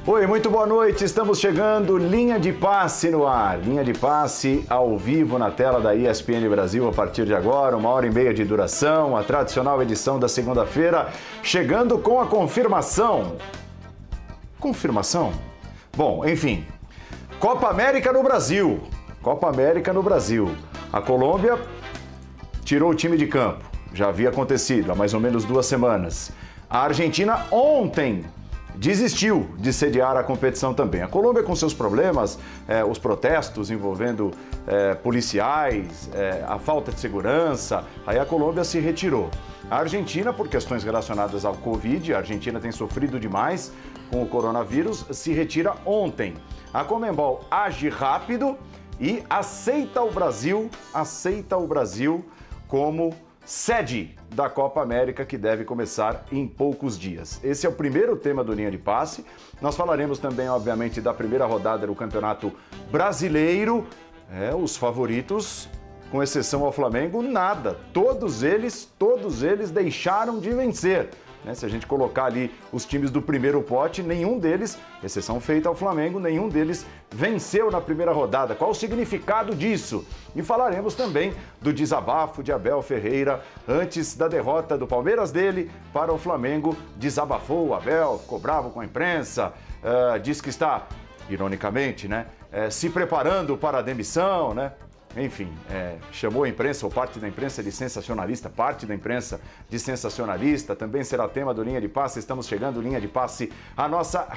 Oi, muito boa noite, estamos chegando, Linha de Passe no ar. Linha de Passe ao vivo na tela da ESPN Brasil a partir de agora, 1h30 de duração, a tradicional edição da segunda-feira, chegando com a confirmação. Confirmação? Bom, enfim, Copa América no Brasil. Copa América no Brasil. A Colômbia tirou o time de campo, já havia acontecido há mais ou menos 2 semanas. A Argentina ontem desistiu de sediar a competição também. A Colômbia com seus problemas, os protestos envolvendo policiais, a falta de segurança, aí a Colômbia se retirou. A Argentina, por questões relacionadas ao Covid, a Argentina tem sofrido demais com o coronavírus, se retira ontem. A Conmebol age rápido e aceita o Brasil como sede da Copa América, que deve começar em poucos dias. Esse é o primeiro tema do Linha de Passe. Nós falaremos também, obviamente, da primeira rodada do Campeonato Brasileiro. Os favoritos, com exceção ao Flamengo, nada. Todos eles deixaram de vencer. Se a gente colocar ali os times do primeiro pote, nenhum deles, exceção feita ao Flamengo, nenhum deles venceu na primeira rodada. Qual o significado disso? E falaremos também do desabafo de Abel Ferreira antes da derrota do Palmeiras dele para o Flamengo. Desabafou o Abel, ficou bravo com a imprensa, diz que está, ironicamente, se preparando para a demissão, Enfim, chamou a imprensa, ou parte da imprensa de sensacionalista, também será tema do Linha de Passe. Estamos chegando, Linha de Passe, a nossa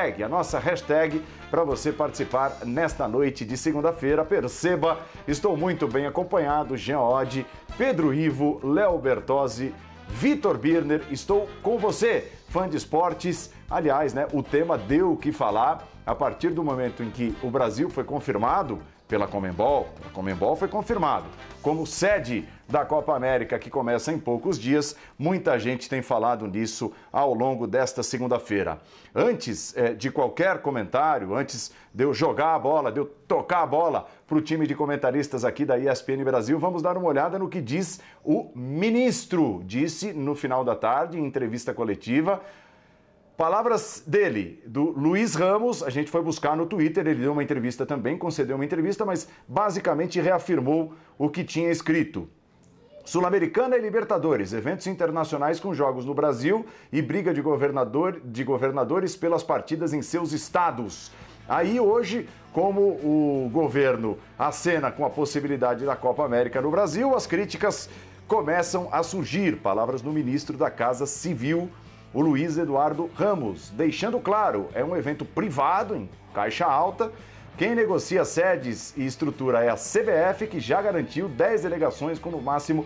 hashtag para você participar nesta noite de segunda-feira. Perceba, estou muito bem acompanhado, Jean Oddi, Pedro Ivo, Léo Bertozzi, Vitor Birner, estou com você, fã de esportes. Aliás, o tema deu o que falar a partir do momento em que o Brasil foi confirmado pela Conmebol. A Conmebol foi confirmado como sede da Copa América, que começa em poucos dias. Muita gente tem falado nisso ao longo desta segunda-feira. Antes de qualquer comentário, antes de eu jogar a bola, de eu tocar a bola para o time de comentaristas aqui da ESPN Brasil, vamos dar uma olhada no que diz o ministro. Disse no final da tarde, em entrevista coletiva. Palavras dele, do Luiz Ramos, a gente foi buscar no Twitter, ele deu uma entrevista também, concedeu uma entrevista, mas basicamente reafirmou o que tinha escrito. Sul-Americana e Libertadores, eventos internacionais com jogos no Brasil e briga de governadores pelas partidas em seus estados. Aí hoje, como o governo acena com a possibilidade da Copa América no Brasil, as críticas começam a surgir. Palavras do ministro da Casa Civil, o Luiz Eduardo Ramos, deixando claro, é um evento privado, em caixa alta. Quem negocia sedes e estrutura é a CBF, que já garantiu 10 delegações com no máximo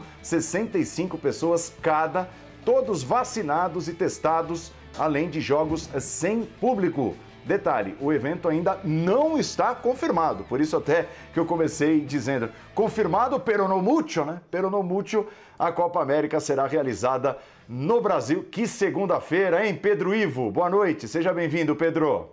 65 pessoas cada, todos vacinados e testados, além de jogos sem público. Detalhe, o evento ainda não está confirmado, por isso até que eu comecei dizendo, confirmado pero no mucho, Pero no mucho, a Copa América será realizada no Brasil. Que segunda-feira, hein, Pedro Ivo? Boa noite, seja bem-vindo, Pedro.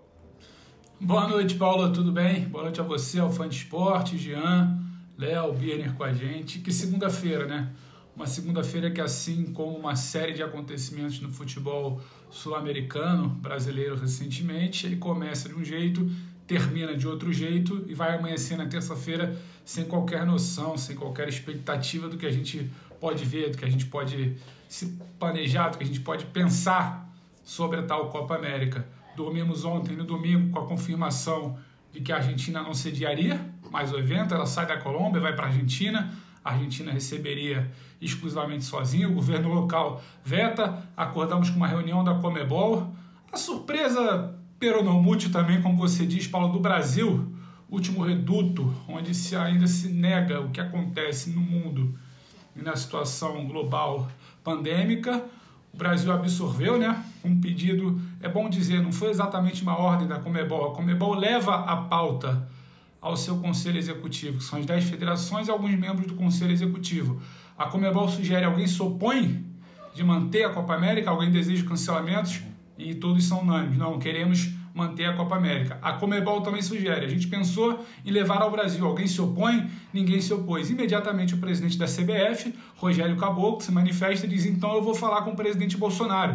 Boa noite, Paulo, tudo bem? Boa noite a você, ao fã de esporte, Jean, Léo, Birner com a gente. Que segunda-feira, Uma segunda-feira que, assim como uma série de acontecimentos no futebol sul-americano, brasileiro recentemente, ele começa de um jeito, termina de outro jeito e vai amanhecer na terça-feira sem qualquer noção, sem qualquer expectativa do que a gente pode ver, do que a gente pode se planejar, do que a gente pode pensar sobre a tal Copa América. Dormimos ontem, no domingo, com a confirmação de que a Argentina não sediaria mais o evento, ela sai da Colômbia, vai para a Argentina receberia exclusivamente sozinha, o governo local veta, acordamos com uma reunião da Conmebol. A surpresa, pero não mútil também, como você diz, Paulo, do Brasil, último reduto, onde ainda se nega o que acontece no mundo e na situação global pandêmica. O Brasil absorveu, um pedido, é bom dizer, não foi exatamente uma ordem da Conmebol. A Conmebol leva a pauta ao seu Conselho Executivo, que são as 10 federações e alguns membros do Conselho Executivo. A Conmebol sugere, alguém se opõe de manter a Copa América, alguém deseja cancelamentos e todos são unânimes. Não, queremos manter a Copa América. A Conmebol também sugere. A gente pensou em levar ao Brasil. Alguém se opõe? Ninguém se opôs. Imediatamente o presidente da CBF, Rogério Caboclo, se manifesta e diz, então eu vou falar com o presidente Bolsonaro.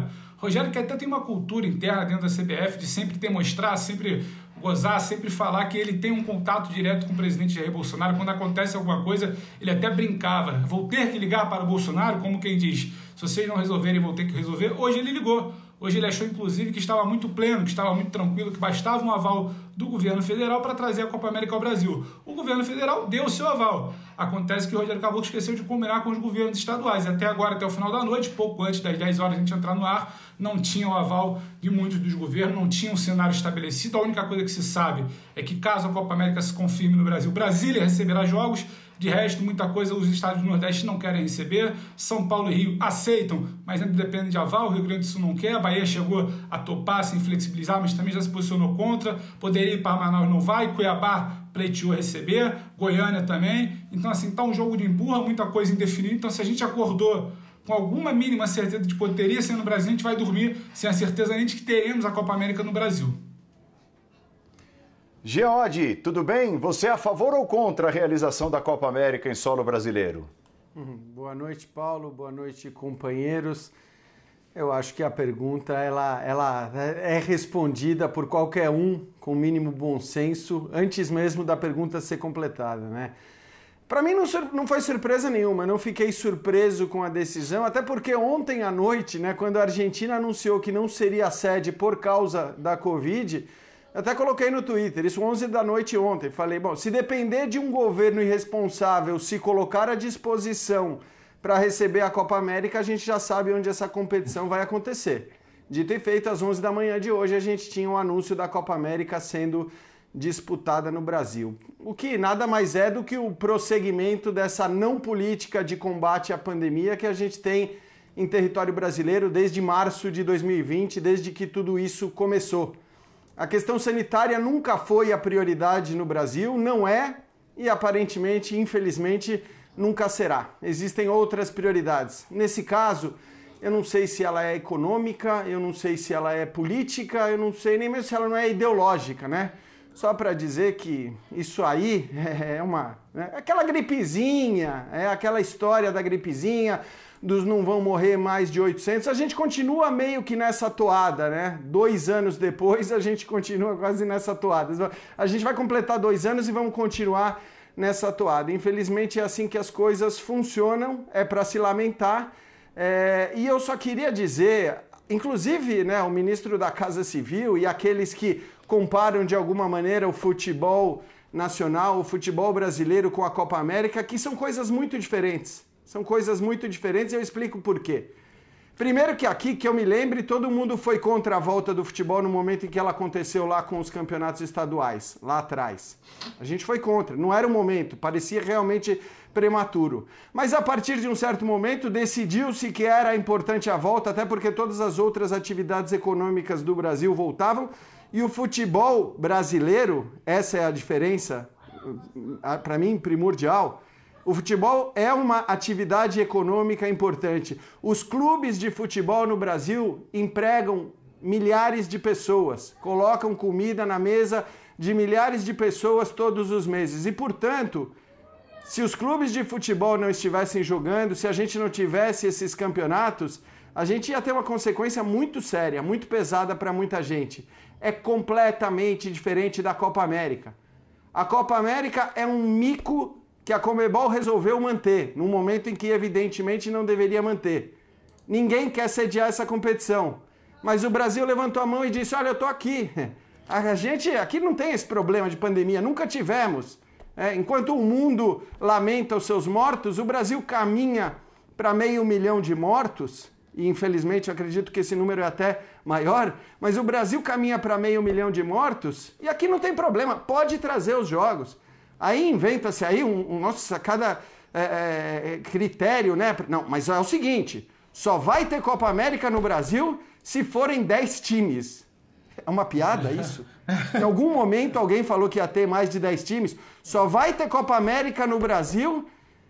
Rogério que até tem uma cultura interna dentro da CBF de sempre demonstrar, sempre gozar, sempre falar que ele tem um contato direto com o presidente Jair Bolsonaro. Quando acontece alguma coisa, ele até brincava. Vou ter que ligar para o Bolsonaro, como quem diz, se vocês não resolverem, vou ter que resolver. Hoje ele ligou. Hoje ele achou, inclusive, que estava muito pleno, que estava muito tranquilo, que bastava um aval do governo federal para trazer a Copa América ao Brasil. O governo federal deu o seu aval. Acontece que o Rogério Caboclo esqueceu de combinar com os governos estaduais. Até agora, até o final da noite, pouco antes das 10 horas a gente entrar no ar, não tinha o aval de muitos dos governos, não tinha um cenário estabelecido. A única coisa que se sabe é que, caso a Copa América se confirme no Brasil, Brasília receberá jogos. De resto, muita coisa os estados do Nordeste não querem receber. São Paulo e Rio aceitam, mas ainda depende de aval. O Rio Grande do Sul não quer. A Bahia chegou a topar, sem flexibilizar, mas também já se posicionou contra. Poderia ir para Manaus, não vai. Cuiabá pleiteou receber. Goiânia também. Então, assim, tá um jogo de empurra, muita coisa indefinida. Então, se a gente acordou com alguma mínima certeza de que poderia ser no Brasil, a gente vai dormir sem a certeza nem de que teremos a Copa América no Brasil. Geode, tudo bem? Você é a favor ou contra a realização da Copa América em solo brasileiro? Boa noite, Paulo. Boa noite, companheiros. Eu acho que a pergunta ela é respondida por qualquer um com o mínimo bom senso, antes mesmo da pergunta ser completada, né? Para mim não foi surpresa nenhuma, não fiquei surpreso com a decisão, até porque ontem à noite, né, quando a Argentina anunciou que não seria sede por causa da Covid, até coloquei no Twitter, isso 11 da noite ontem, falei, bom, se depender de um governo irresponsável se colocar à disposição para receber a Copa América, a gente já sabe onde essa competição vai acontecer. Dito e feito, às 11 da manhã de hoje, a gente tinha um anúncio da Copa América sendo disputada no Brasil. O que nada mais é do que o prosseguimento dessa não política de combate à pandemia que a gente tem em território brasileiro desde março de 2020, desde que tudo isso começou. A questão sanitária nunca foi a prioridade no Brasil, não é e aparentemente, infelizmente, nunca será. Existem outras prioridades. Nesse caso, eu não sei se ela é econômica, eu não sei se ela é política, eu não sei nem mesmo se ela não é ideológica, né? Só para dizer que isso aí é aquela gripezinha, é aquela história da gripezinha, dos não vão morrer mais de 800, a gente continua meio que nessa toada, né? 2 anos depois, a gente continua quase nessa toada. A gente vai completar 2 anos e vamos continuar nessa toada. Infelizmente é assim que as coisas funcionam, é para se lamentar. E eu só queria dizer, inclusive, né, o ministro da Casa Civil e aqueles que comparam de alguma maneira o futebol nacional, o futebol brasileiro com a Copa América, que são coisas muito diferentes. São coisas muito diferentes e eu explico por quê. Primeiro que aqui, que eu me lembre, todo mundo foi contra a volta do futebol no momento em que ela aconteceu lá com os campeonatos estaduais, lá atrás. A gente foi contra, não era o momento, parecia realmente prematuro. Mas a partir de um certo momento decidiu-se que era importante a volta, até porque todas as outras atividades econômicas do Brasil voltavam e o futebol brasileiro, essa é a diferença, para mim, primordial. O futebol é uma atividade econômica importante. Os clubes de futebol no Brasil empregam milhares de pessoas, colocam comida na mesa de milhares de pessoas todos os meses. E, portanto, se os clubes de futebol não estivessem jogando, se a gente não tivesse esses campeonatos, a gente ia ter uma consequência muito séria, muito pesada para muita gente. É completamente diferente da Copa América. A Copa América é um mico que a Conmebol resolveu manter, num momento em que evidentemente não deveria manter. Ninguém quer sediar essa competição, mas o Brasil levantou a mão e disse, olha, eu tô aqui. A gente aqui não tem esse problema de pandemia, nunca tivemos. Enquanto o mundo lamenta os seus mortos, o Brasil caminha para 500 mil de mortos, e infelizmente eu acredito que esse número é até maior, mas o Brasil caminha para 500 mil de mortos, e aqui não tem problema, pode trazer os jogos. Aí inventa-se aí cada critério, né? Não, mas é o seguinte, só vai ter Copa América no Brasil se forem 10 times. É uma piada isso? Em algum momento alguém falou que ia ter mais de 10 times. Só vai ter Copa América no Brasil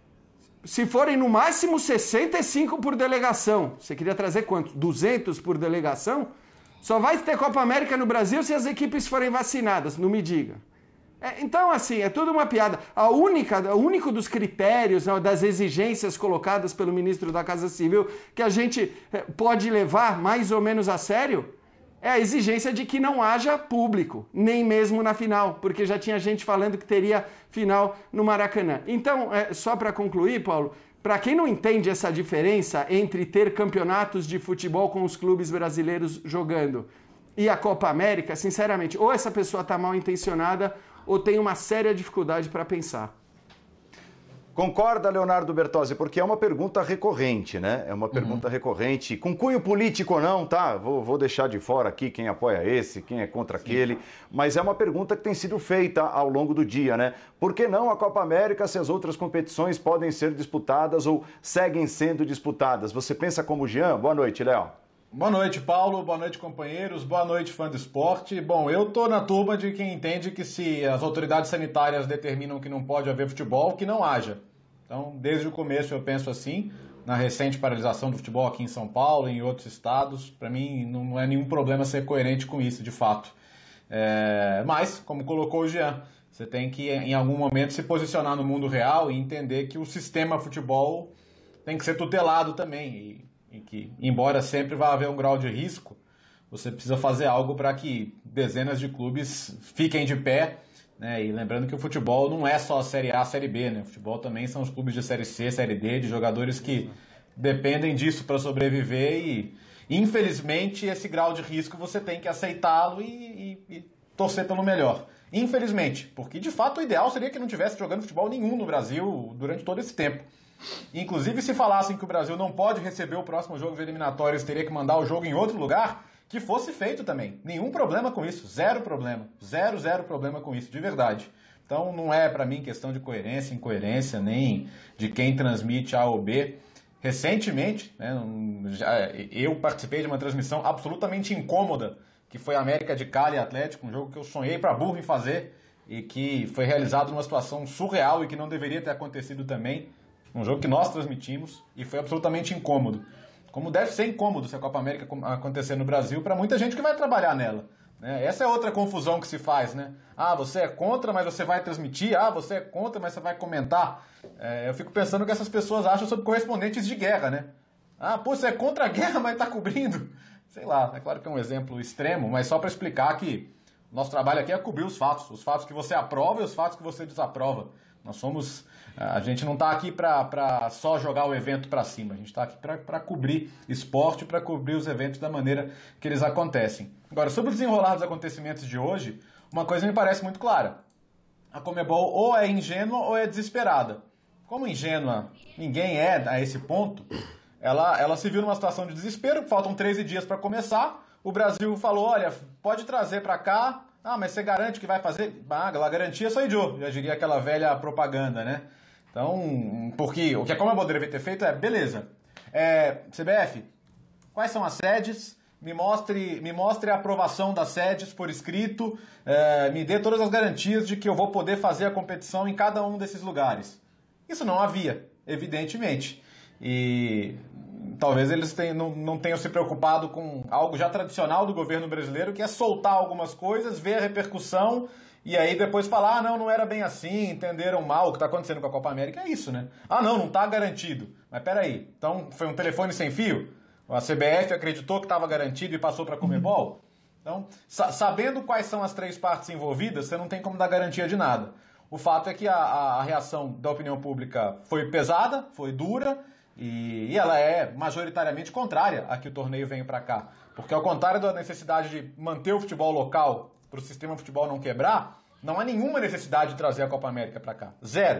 se forem no máximo 65 por delegação. Você queria trazer quantos? 200 por delegação? Só vai ter Copa América no Brasil se as equipes forem vacinadas, não me diga. Então, assim, é tudo uma piada. O único dos critérios, né, das exigências colocadas pelo ministro da Casa Civil que a gente pode levar mais ou menos a sério é a exigência de que não haja público, nem mesmo na final, porque já tinha gente falando que teria final no Maracanã. Então, só para concluir, Paulo, para quem não entende essa diferença entre ter campeonatos de futebol com os clubes brasileiros jogando e a Copa América, sinceramente, ou essa pessoa está mal intencionada ou tem uma séria dificuldade para pensar. Concorda, Leonardo Bertozzi? Porque é uma pergunta recorrente, né? É uma pergunta recorrente, com cunho político ou não, tá? Vou deixar de fora aqui quem apoia esse, quem é contra aquele, mas é uma pergunta que tem sido feita ao longo do dia, né? Por que não a Copa América se as outras competições podem ser disputadas ou seguem sendo disputadas? Você pensa como o Jean? Boa noite, Léo. Boa noite, Paulo. Boa noite, companheiros. Boa noite, fã do esporte. Bom, eu tô na turma de quem entende que se as autoridades sanitárias determinam que não pode haver futebol, que não haja. Então, desde o começo eu penso assim, na recente paralisação do futebol aqui em São Paulo e em outros estados. Para mim, não é nenhum problema ser coerente com isso, de fato. Mas, como colocou o Jean, você tem que, em algum momento, se posicionar no mundo real e entender que o sistema futebol tem que ser tutelado também. E que, embora sempre vá haver um grau de risco, você precisa fazer algo para que dezenas de clubes fiquem de pé, né? E lembrando que o futebol não é só a Série A, a Série B, né? O futebol também são os clubes de Série C, Série D, de jogadores que dependem disso para sobreviver e, infelizmente, esse grau de risco você tem que aceitá-lo e torcer pelo melhor. Infelizmente, porque de fato o ideal seria que não tivesse jogando futebol nenhum no Brasil durante todo esse tempo. Inclusive, se falassem que o Brasil não pode receber o próximo jogo de eliminatórias, teria que mandar o jogo em outro lugar, que fosse feito também. Nenhum problema com isso, zero problema. Zero problema com isso, de verdade. Então não é para mim questão de coerência, incoerência, nem de quem transmite A ou B. Recentemente, né, eu participei de uma transmissão absolutamente incômoda, que foi América de Cali e Atlético, um jogo que eu sonhei para burro em fazer e que foi realizado numa situação surreal e que não deveria ter acontecido também. Um jogo que nós transmitimos e foi absolutamente incômodo. Como deve ser incômodo se a Copa América acontecer no Brasil para muita gente que vai trabalhar nela. Né? Essa é outra confusão que se faz, né? Ah, você é contra, mas você vai transmitir. Ah, você é contra, mas você vai comentar. Eu fico pensando o que essas pessoas acham sobre correspondentes de guerra, né? Ah, pô, você é contra a guerra, mas tá cobrindo. Sei lá, é claro que é um exemplo extremo, mas só para explicar que nosso trabalho aqui é cobrir os fatos que você aprova e os fatos que você desaprova. A gente não está aqui para só jogar o evento para cima, a gente está aqui para cobrir esporte, para cobrir os eventos da maneira que eles acontecem. Agora, sobre o desenrolar dos acontecimentos de hoje, uma coisa me parece muito clara. A Conmebol ou é ingênua ou é desesperada. Como ingênua ninguém é a esse ponto, ela se viu numa situação de desespero, faltam 13 dias para começar, o Brasil falou, olha, pode trazer para cá. Ah, mas você garante que vai fazer? Ah, a garantia sou eu, já diria aquela velha propaganda, né? Então, porque o que a Conmebol deveria ter feito beleza, CBF, quais são as sedes? Me mostre a aprovação das sedes por escrito, me dê todas as garantias de que eu vou poder fazer a competição em cada um desses lugares. Isso não havia, evidentemente. E talvez eles não tenham se preocupado com algo já tradicional do governo brasileiro, que é soltar algumas coisas, ver a repercussão e aí depois falar, não era bem assim, entenderam mal o que está acontecendo com a Copa América. É isso, né? Ah, não está garantido. Mas peraí, então foi um telefone sem fio? A CBF acreditou que estava garantido e passou para a Conmebol? Então, sabendo quais são as três partes envolvidas, você não tem como dar garantia de nada. O fato é que a reação da opinião pública foi pesada, foi dura, e ela é majoritariamente contrária a que o torneio venha para cá. Porque ao contrário da necessidade de manter o futebol local para o sistema futebol não quebrar, não há nenhuma necessidade de trazer a Copa América para cá. Zero.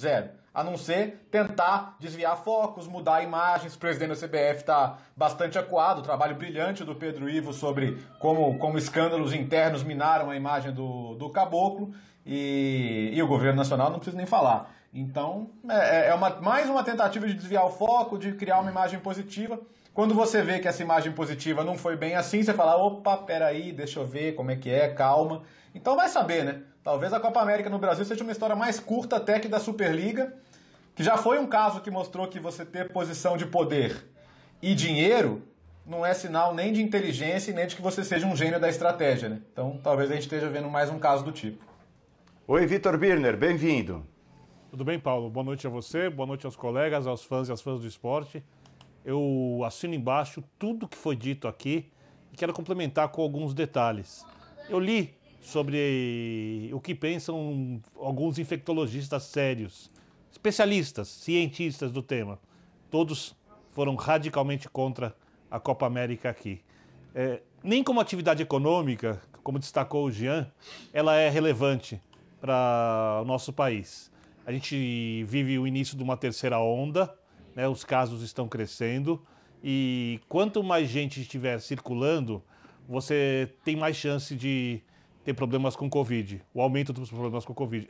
A não ser tentar desviar focos, mudar imagens. O presidente da CBF está bastante acuado. O trabalho brilhante do Pedro Ivo sobre como escândalos internos minaram a imagem do Caboclo. E o governo nacional não precisa nem falar. Então, mais uma tentativa de desviar o foco, de criar uma imagem positiva. Quando você vê que essa imagem positiva não foi bem assim, você fala, opa, peraí, deixa eu ver como é que é, calma. Então vai saber, né? Talvez a Copa América no Brasil seja uma história mais curta até que da Superliga, que já foi um caso que mostrou que você ter posição de poder e dinheiro não é sinal nem de inteligência e nem de que você seja um gênio da estratégia, né? Então talvez a gente esteja vendo mais um caso do tipo. Oi, Vitor Birner, bem-vindo. Tudo bem, Paulo? Boa noite a você, boa noite aos colegas, aos fãs e às fãs do esporte. Eu assino embaixo tudo que foi dito aqui e quero complementar com alguns detalhes. Eu li sobre o que pensam alguns infectologistas sérios, especialistas, cientistas do tema. Todos foram radicalmente contra a Copa América aqui. Nem como atividade econômica, como destacou o Jean, ela é relevante para o nosso país. A gente vive o início de uma terceira onda, né? Os casos estão crescendo e quanto mais gente estiver circulando, você tem mais chance de ter problemas com Covid, o aumento dos problemas com Covid.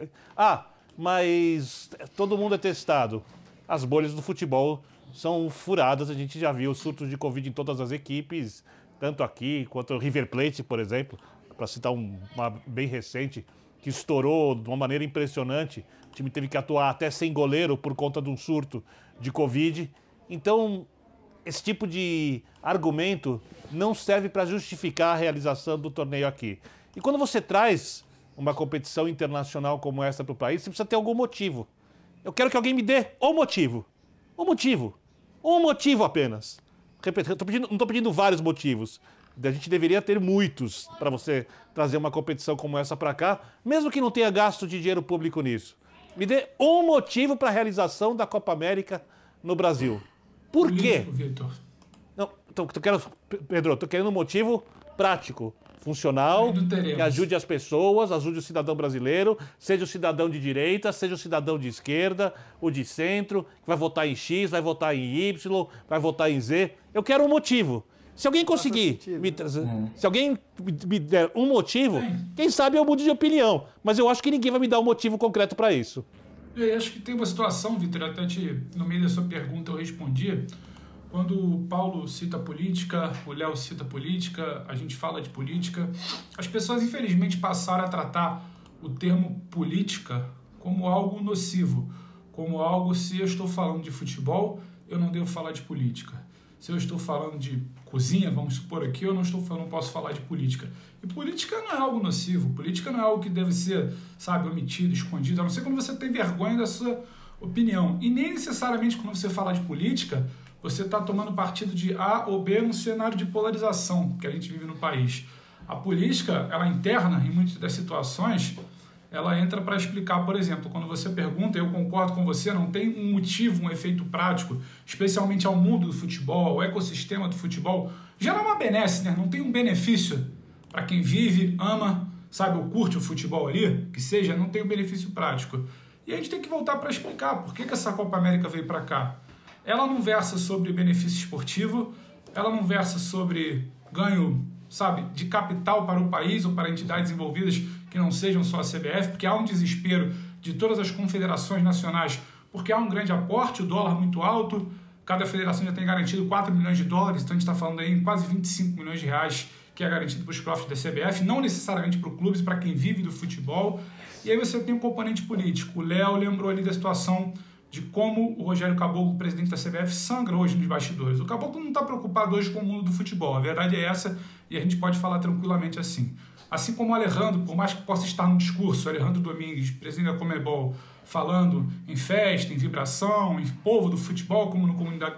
Mas todo mundo é testado. As bolhas do futebol são furadas, a gente já viu surtos de Covid em todas as equipes, tanto aqui quanto o River Plate, por exemplo, para citar uma bem recente, que estourou de uma maneira impressionante. O time teve que atuar até sem goleiro por conta de um surto de Covid. Então, esse tipo de argumento não serve para justificar a realização do torneio aqui. E quando você traz uma competição internacional como essa para o país, você precisa ter algum motivo. Eu quero que alguém me dê um motivo. Um motivo. Um motivo apenas. Repito, não estou pedindo vários motivos. A gente deveria ter muitos para você trazer uma competição como essa para cá, mesmo que não tenha gasto de dinheiro público nisso. Me dê um motivo para a realização da Copa América no Brasil. Por quê? Não, Pedro, estou querendo um motivo prático, funcional, que ajude as pessoas, ajude o cidadão brasileiro, seja o cidadão de direita, seja o cidadão de esquerda, o de centro, que vai votar em X, vai votar em Y, vai votar em Z. Eu quero um motivo. Se alguém conseguir se alguém me der um motivo, quem sabe eu mude de opinião. Mas eu acho que ninguém vai me dar um motivo concreto para isso. Eu acho que tem uma situação, Vitor, até no meio da sua pergunta eu respondi. Quando o Paulo cita política, o Léo cita política, a gente fala de política, as pessoas infelizmente passaram a tratar o termo política como algo nocivo, como algo, se eu estou falando de futebol, eu não devo falar de política. Se eu estou falando de cozinha, vamos supor aqui, eu não posso falar de política. E política não é algo nocivo, política não é algo que deve ser, omitido, escondido, a não ser quando você tem vergonha da sua opinião. E nem necessariamente quando você fala de política, você está tomando partido de A ou B num cenário de polarização que a gente vive no país. A política, ela interna, em muitas das situações, ela entra para explicar, por exemplo, quando você pergunta, eu concordo com você, não tem um motivo, um efeito prático, especialmente ao mundo do futebol, ao ecossistema do futebol, gera uma benesse, né? Não tem um benefício para quem vive, ama, ou curte o futebol ali, que seja, não tem um benefício prático. E a gente tem que voltar para explicar por que essa Copa América veio para cá. Ela não versa sobre benefício esportivo, ela não versa sobre ganho, de capital para o país ou para entidades envolvidas que não sejam só a CBF, porque há um desespero de todas as confederações nacionais, porque há um grande aporte, o dólar muito alto, cada federação já tem garantido 4 milhões de dólares, então a gente está falando aí em quase 25 milhões de reais que é garantido para os cofres da CBF, não necessariamente para o clube, para quem vive do futebol. E aí você tem um componente político. O Léo lembrou ali da situação de como o Rogério Caboclo, presidente da CBF, sangra hoje nos bastidores. O Caboclo não está preocupado hoje com o mundo do futebol, a verdade é essa, e a gente pode falar tranquilamente assim. Assim como o Alejandro, por mais que possa estar no discurso, Alejandro Domingues, presidente da Conmebol, falando em festa, em vibração, em povo do futebol, como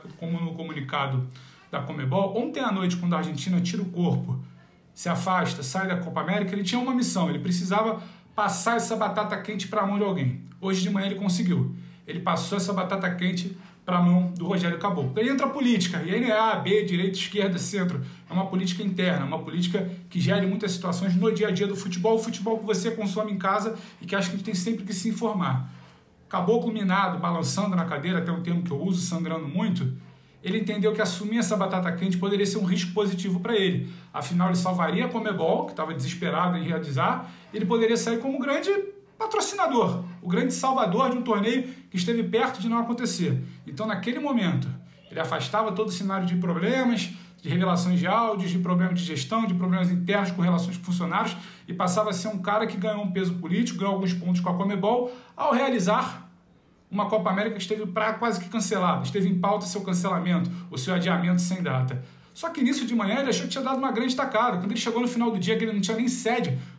no comunicado da Conmebol, ontem à noite, quando a Argentina tira o corpo, se afasta, sai da Copa América, ele tinha uma missão, ele precisava passar essa batata quente para a mão de alguém. Hoje de manhã ele conseguiu. Ele passou essa batata quente para a mão do Rogério Caboclo. Aí entra a política, e aí não é A, B, direita, esquerda, centro. É uma política interna, uma política que gera muitas situações no dia a dia do futebol, o futebol que você consome em casa e que acho que a gente tem sempre que se informar. Caboclo minado, balançando na cadeira, até um termo que eu uso, sangrando muito, ele entendeu que assumir essa batata quente poderia ser um risco positivo para ele. Afinal, ele salvaria a Conmebol, que estava desesperado em realizar, e ele poderia sair como grande patrocinador, o grande salvador de um torneio que esteve perto de não acontecer. Então, naquele momento, ele afastava todo o cenário de problemas, de revelações de áudios, de problemas de gestão, de problemas internos com relações com funcionários, e passava a ser um cara que ganhou um peso político, ganhou alguns pontos com a Conmebol, ao realizar uma Copa América que esteve quase que cancelada, esteve em pauta seu cancelamento, o seu adiamento sem data. Só que nisso de manhã ele achou que tinha dado uma grande tacada. Quando ele chegou no final do dia, que ele não tinha nem sede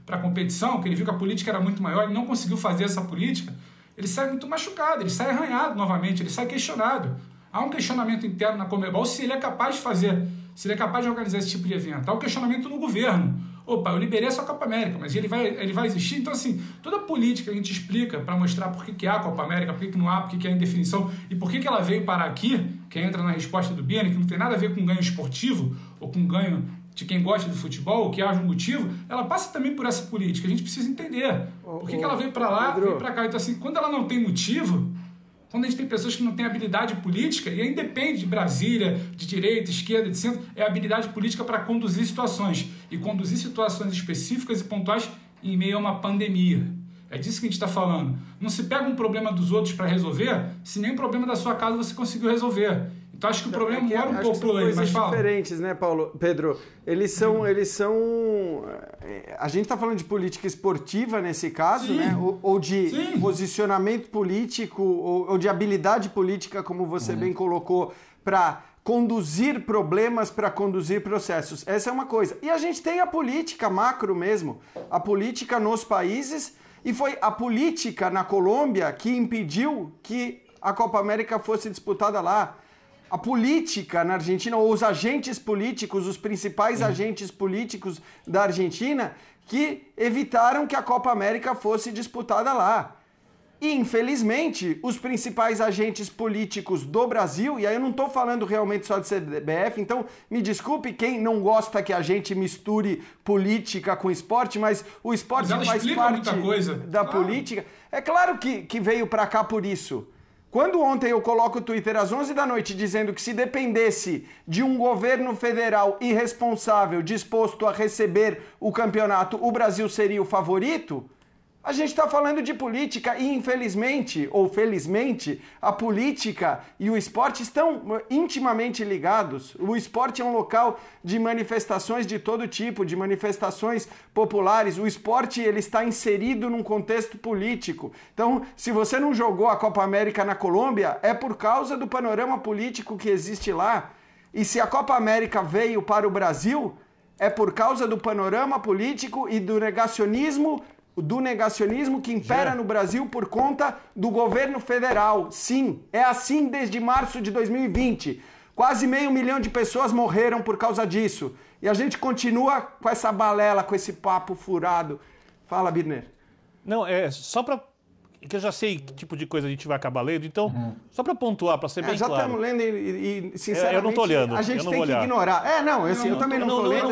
para a competição, que ele viu que a política era muito maior, ele não conseguiu fazer essa política, ele sai muito machucado, ele sai arranhado novamente, ele sai questionado. Há um questionamento interno na Conmebol se ele é capaz de fazer, se ele é capaz de organizar esse tipo de evento. Há um questionamento no governo. Opa, eu liberei só a Copa América, mas ele vai existir? Então, assim, toda a política a gente explica para mostrar por que há a Copa América, por que não há, por que há indefinição e por que ela veio parar aqui, que entra na resposta do Biene, que não tem nada a ver com ganho esportivo ou com ganho de quem gosta de futebol, que haja um motivo, ela passa também por essa política. A gente precisa entender por que ela veio para lá, veio para cá. Então, assim, quando ela não tem motivo, quando a gente tem pessoas que não têm habilidade política, e aí independe de Brasília, de direita, esquerda, de centro, é habilidade política para conduzir situações. E conduzir situações específicas e pontuais em meio a uma pandemia. É disso que a gente está falando. Não se pega um problema dos outros para resolver, se nem o problema da sua casa você conseguiu resolver. Então acho que o problema mora um pouco por aí, mas fala. São diferentes, né, Pedro? Eles são... A gente está falando de política esportiva nesse caso, sim, né? Ou de sim, posicionamento político, ou de habilidade política, como você bem colocou, para conduzir problemas, para conduzir processos. Essa é uma coisa. E a gente tem a política macro mesmo, a política nos países, e foi a política na Colômbia que impediu que a Copa América fosse disputada lá. A política na Argentina, ou os agentes políticos, os principais agentes políticos da Argentina, que evitaram que a Copa América fosse disputada lá. E, infelizmente, os principais agentes políticos do Brasil, e aí eu não estou falando realmente só de CBF, então me desculpe quem não gosta que a gente misture política com esporte, mas o esporte faz parte da política. É claro que veio para cá por isso. Quando ontem eu coloco o Twitter às 11 da noite dizendo que se dependesse de um governo federal irresponsável disposto a receber o campeonato, o Brasil seria o favorito, a gente está falando de política e, infelizmente, ou felizmente, a política e o esporte estão intimamente ligados. O esporte é um local de manifestações de todo tipo, de manifestações populares. O esporte ele está inserido num contexto político. Então, se você não jogou a Copa América na Colômbia, é por causa do panorama político que existe lá. E se a Copa América veio para o Brasil, é por causa do panorama político e do negacionismo que impera no Brasil por conta do governo federal. Sim, é assim desde março de 2020. Quase 500 mil de pessoas morreram por causa disso. E a gente continua com essa balela, com esse papo furado. Fala, Birner. Não, é só para... que eu já sei que tipo de coisa a gente vai acabar lendo, então, só para pontuar, para ser bem já claro. Já estamos lendo e sinceramente, eu não estou olhando, a gente tem que ignorar. Eu também não estou lendo.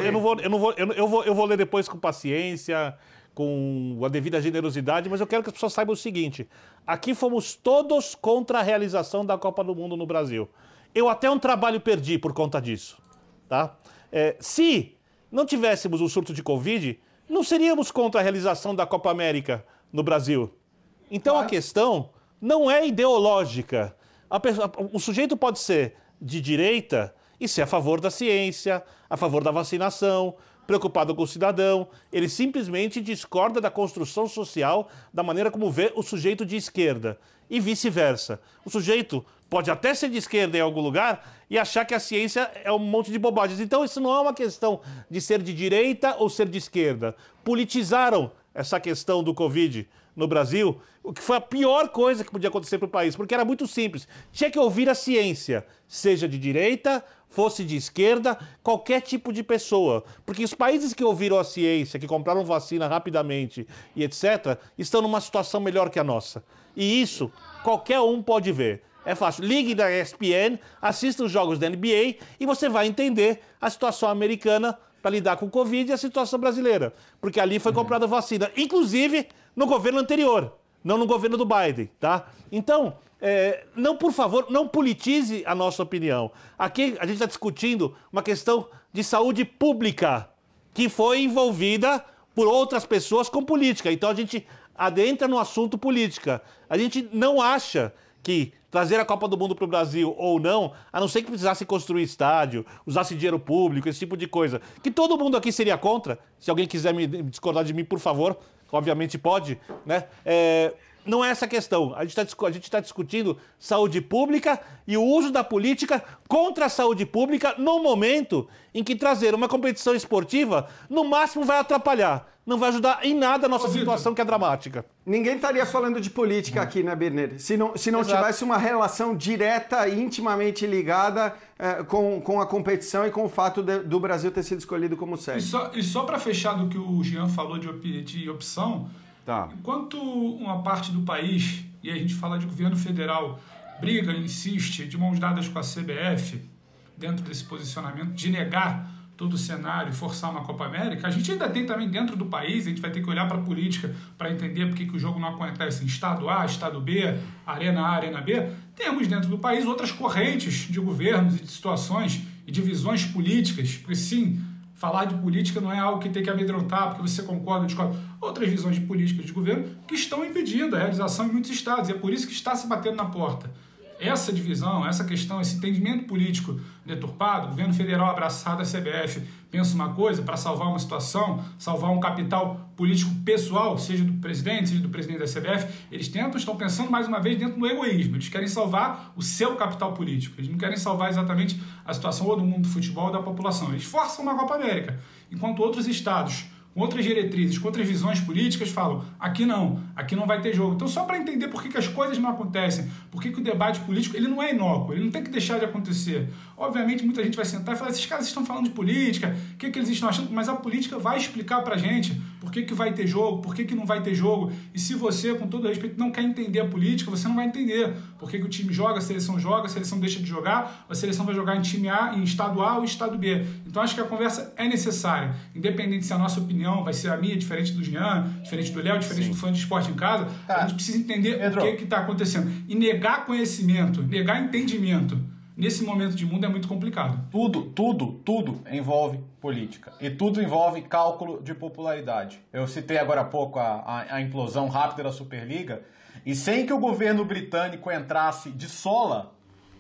Eu vou ler depois com paciência, com a devida generosidade, mas eu quero que as pessoas saibam o seguinte: aqui fomos todos contra a realização da Copa do Mundo no Brasil. Eu até um trabalho perdi por conta disso, tá? Se não tivéssemos o surto de Covid, não seríamos contra a realização da Copa América no Brasil. Então a questão não é ideológica. O sujeito pode ser de direita e ser a favor da ciência, a favor da vacinação, preocupado com o cidadão. Ele simplesmente discorda da construção social da maneira como vê o sujeito de esquerda e vice-versa. O sujeito pode até ser de esquerda em algum lugar e achar que a ciência é um monte de bobagens. Então isso não é uma questão de ser de direita ou ser de esquerda. Politizaram essa questão do Covid no Brasil, o que foi a pior coisa que podia acontecer para o país, porque era muito simples. Tinha que ouvir a ciência, seja de direita, fosse de esquerda, qualquer tipo de pessoa. Porque os países que ouviram a ciência, que compraram vacina rapidamente e etc., estão numa situação melhor que a nossa. E isso, qualquer um pode ver. É fácil. Ligue da ESPN, assista os jogos da NBA e você vai entender a situação americana para lidar com o Covid e a situação brasileira. Porque ali foi comprada vacina, inclusive no governo anterior, não no governo do Biden, tá? Então, não, por favor, não politize a nossa opinião. Aqui a gente está discutindo uma questão de saúde pública que foi envolvida por outras pessoas com política. Então a gente adentra no assunto política. A gente não acha que trazer a Copa do Mundo para o Brasil ou não, a não ser que precisasse construir estádio, usasse dinheiro público, esse tipo de coisa, que todo mundo aqui seria contra. Se alguém quiser me discordar de mim, por favor, obviamente pode, né? não é essa a questão. A gente está discutindo saúde pública e o uso da política contra a saúde pública no momento em que trazer uma competição esportiva, no máximo, vai atrapalhar. Não vai ajudar em nada a nossa situação, que é dramática. Ninguém estaria falando de política aqui, né, Birner? Se não tivesse uma relação direta e intimamente ligada com a competição e com o fato do Brasil ter sido escolhido como sede. E só para fechar do que o Jean falou de opção, tá. Enquanto uma parte do país, e a gente fala de governo federal, briga, insiste, de mãos dadas com a CBF, dentro desse posicionamento de negar todo o cenário e forçar uma Copa América, a gente ainda tem também dentro do país, a gente vai ter que olhar para a política para entender por que o jogo não acontece em estado A, estado B, arena A, arena B. Temos dentro do país outras correntes de governos e de situações e de visões políticas, porque sim, falar de política não é algo que tem que amedrontar, porque você concorda ou discorda. Outras visões de política de governo que estão impedindo a realização em muitos estados, e é por isso que está se batendo na porta. Essa divisão, essa questão, esse entendimento político deturpado, o governo federal abraçado à CBF pensa uma coisa para salvar uma situação, salvar um capital político pessoal, seja do presidente, seja do presidente da CBF, eles estão pensando mais uma vez dentro do egoísmo, eles querem salvar o seu capital político, eles não querem salvar exatamente a situação ou do mundo do futebol ou da população, eles forçam uma Copa América, enquanto outros estados com outras diretrizes, com outras visões políticas, falam, aqui não vai ter jogo. Então, só para entender por que as coisas não acontecem, por que o debate político ele não é inócuo, ele não tem que deixar de acontecer. Obviamente, muita gente vai sentar e falar, esses caras estão falando de política, o que eles estão achando? Mas a política vai explicar para a gente por que vai ter jogo, por que não vai ter jogo. E se você, com todo respeito, não quer entender a política, você não vai entender por que o time joga, a seleção deixa de jogar, a seleção vai jogar em time A, em estado A ou estado B. Então, acho que a conversa é necessária, independente se a nossa opinião vai ser a minha, diferente do Jean, diferente do Léo, diferente do fã de esporte em casa, a gente precisa entender o que está acontecendo. E negar conhecimento, negar entendimento, nesse momento de mundo é muito complicado. Tudo envolve política. E tudo envolve cálculo de popularidade. Eu citei agora há pouco a implosão rápida da Superliga, e sem que o governo britânico entrasse de sola,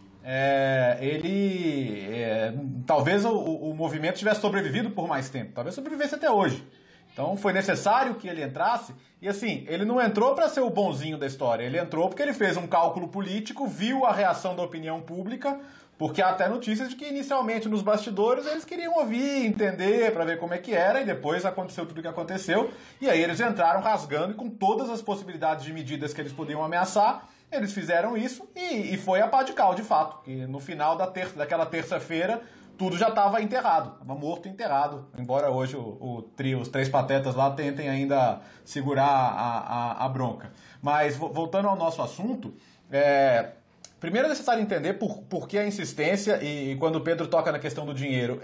talvez o movimento tivesse sobrevivido por mais tempo, talvez sobrevivesse até hoje. Então foi necessário que ele entrasse, e assim, ele não entrou para ser o bonzinho da história, ele entrou porque ele fez um cálculo político, viu a reação da opinião pública, porque há até notícias de que inicialmente nos bastidores eles queriam ouvir, entender, para ver como é que era, e depois aconteceu tudo o que aconteceu, e aí eles entraram rasgando e com todas as possibilidades de medidas que eles podiam ameaçar. Eles fizeram isso e foi a pá de cal, de fato. E no final daquela terça-feira, tudo já estava enterrado. Estava morto e enterrado. Embora hoje os três patetas lá tentem ainda segurar a bronca. Mas, voltando ao nosso assunto, primeiro é necessário entender por que a insistência, e quando o Pedro toca na questão do dinheiro,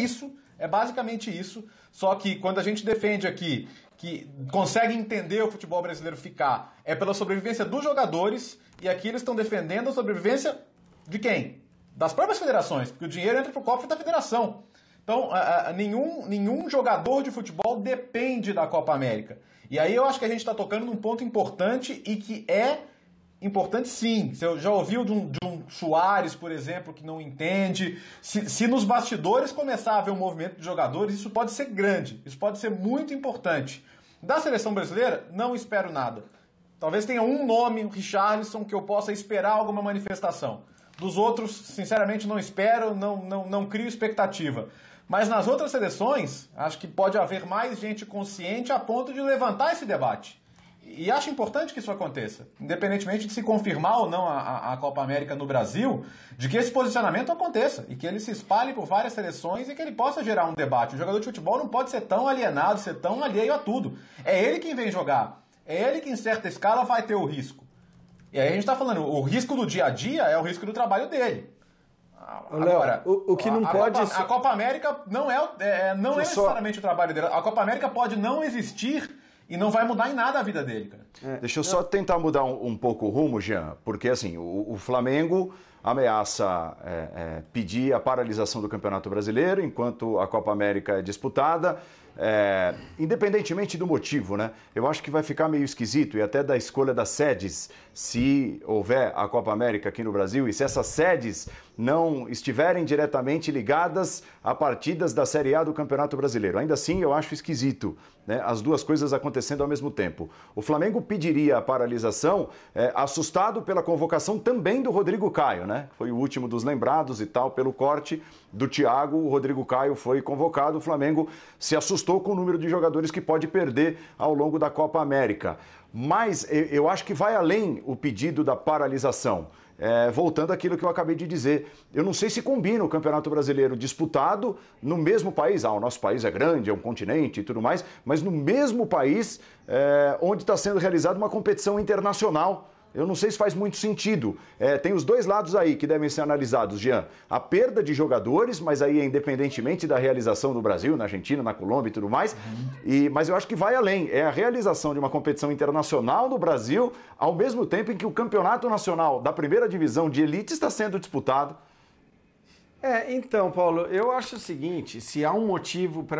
é basicamente isso. Só que quando a gente defende aqui que consegue entender o futebol brasileiro ficar, é pela sobrevivência dos jogadores, e aqui eles estão defendendo a sobrevivência de quem? Das próprias federações, porque o dinheiro entra pro cofre da federação. Então, nenhum jogador de futebol depende da Copa América. E aí eu acho que a gente está tocando num ponto importante, e que é importante sim. Você já ouviu de um Soares, por exemplo, que não entende? Se nos bastidores começar a haver um movimento de jogadores, isso pode ser grande, isso pode ser muito importante. Da seleção brasileira, não espero nada. Talvez tenha um nome, o Richarlison, que eu possa esperar alguma manifestação. Dos outros, sinceramente, não espero, não crio expectativa. Mas nas outras seleções, acho que pode haver mais gente consciente a ponto de levantar esse debate. E acho importante que isso aconteça, independentemente de se confirmar ou não a Copa América no Brasil, de que esse posicionamento aconteça e que ele se espalhe por várias seleções e que ele possa gerar um debate. O jogador de futebol não pode ser tão alienado, ser tão alheio a tudo. É ele quem vem jogar, é ele que em certa escala vai ter o risco. E aí a gente está falando, o risco do dia a dia é o risco do trabalho dele. Agora, o que não pode... A Copa América não é necessariamente o trabalho dele. A Copa América pode não existir e não vai mudar em nada a vida dele, cara. Deixa eu só tentar mudar um pouco o rumo, Jean, porque assim, o Flamengo ameaça pedir a paralisação do Campeonato Brasileiro enquanto a Copa América é disputada. Independentemente do motivo, né? Eu acho que vai ficar meio esquisito, e até da escolha das sedes, se houver a Copa América aqui no Brasil e se essas sedes não estiverem diretamente ligadas a partidas da Série A do Campeonato Brasileiro. Ainda assim, eu acho esquisito, né? As duas coisas acontecendo ao mesmo tempo. O Flamengo pediria a paralisação, assustado pela convocação também do Rodrigo Caio, né? Foi o último dos lembrados e tal, pelo corte do Thiago, o Rodrigo Caio foi convocado, o Flamengo se assustou com o número de jogadores que pode perder ao longo da Copa América. Mas eu acho que vai além o pedido da paralisação. Voltando àquilo que eu acabei de dizer, eu não sei se combina o Campeonato Brasileiro disputado no mesmo país. O nosso país é grande, é um continente e tudo mais, mas no mesmo país onde está sendo realizada uma competição internacional. Eu não sei se faz muito sentido. Tem os dois lados aí que devem ser analisados, Jean. A perda de jogadores, mas aí é independentemente da realização do Brasil, na Argentina, na Colômbia e tudo mais. Mas eu acho que vai além. É a realização de uma competição internacional no Brasil, ao mesmo tempo em que o campeonato nacional da primeira divisão de elite está sendo disputado. Então, Paulo, eu acho o seguinte, se há um motivo para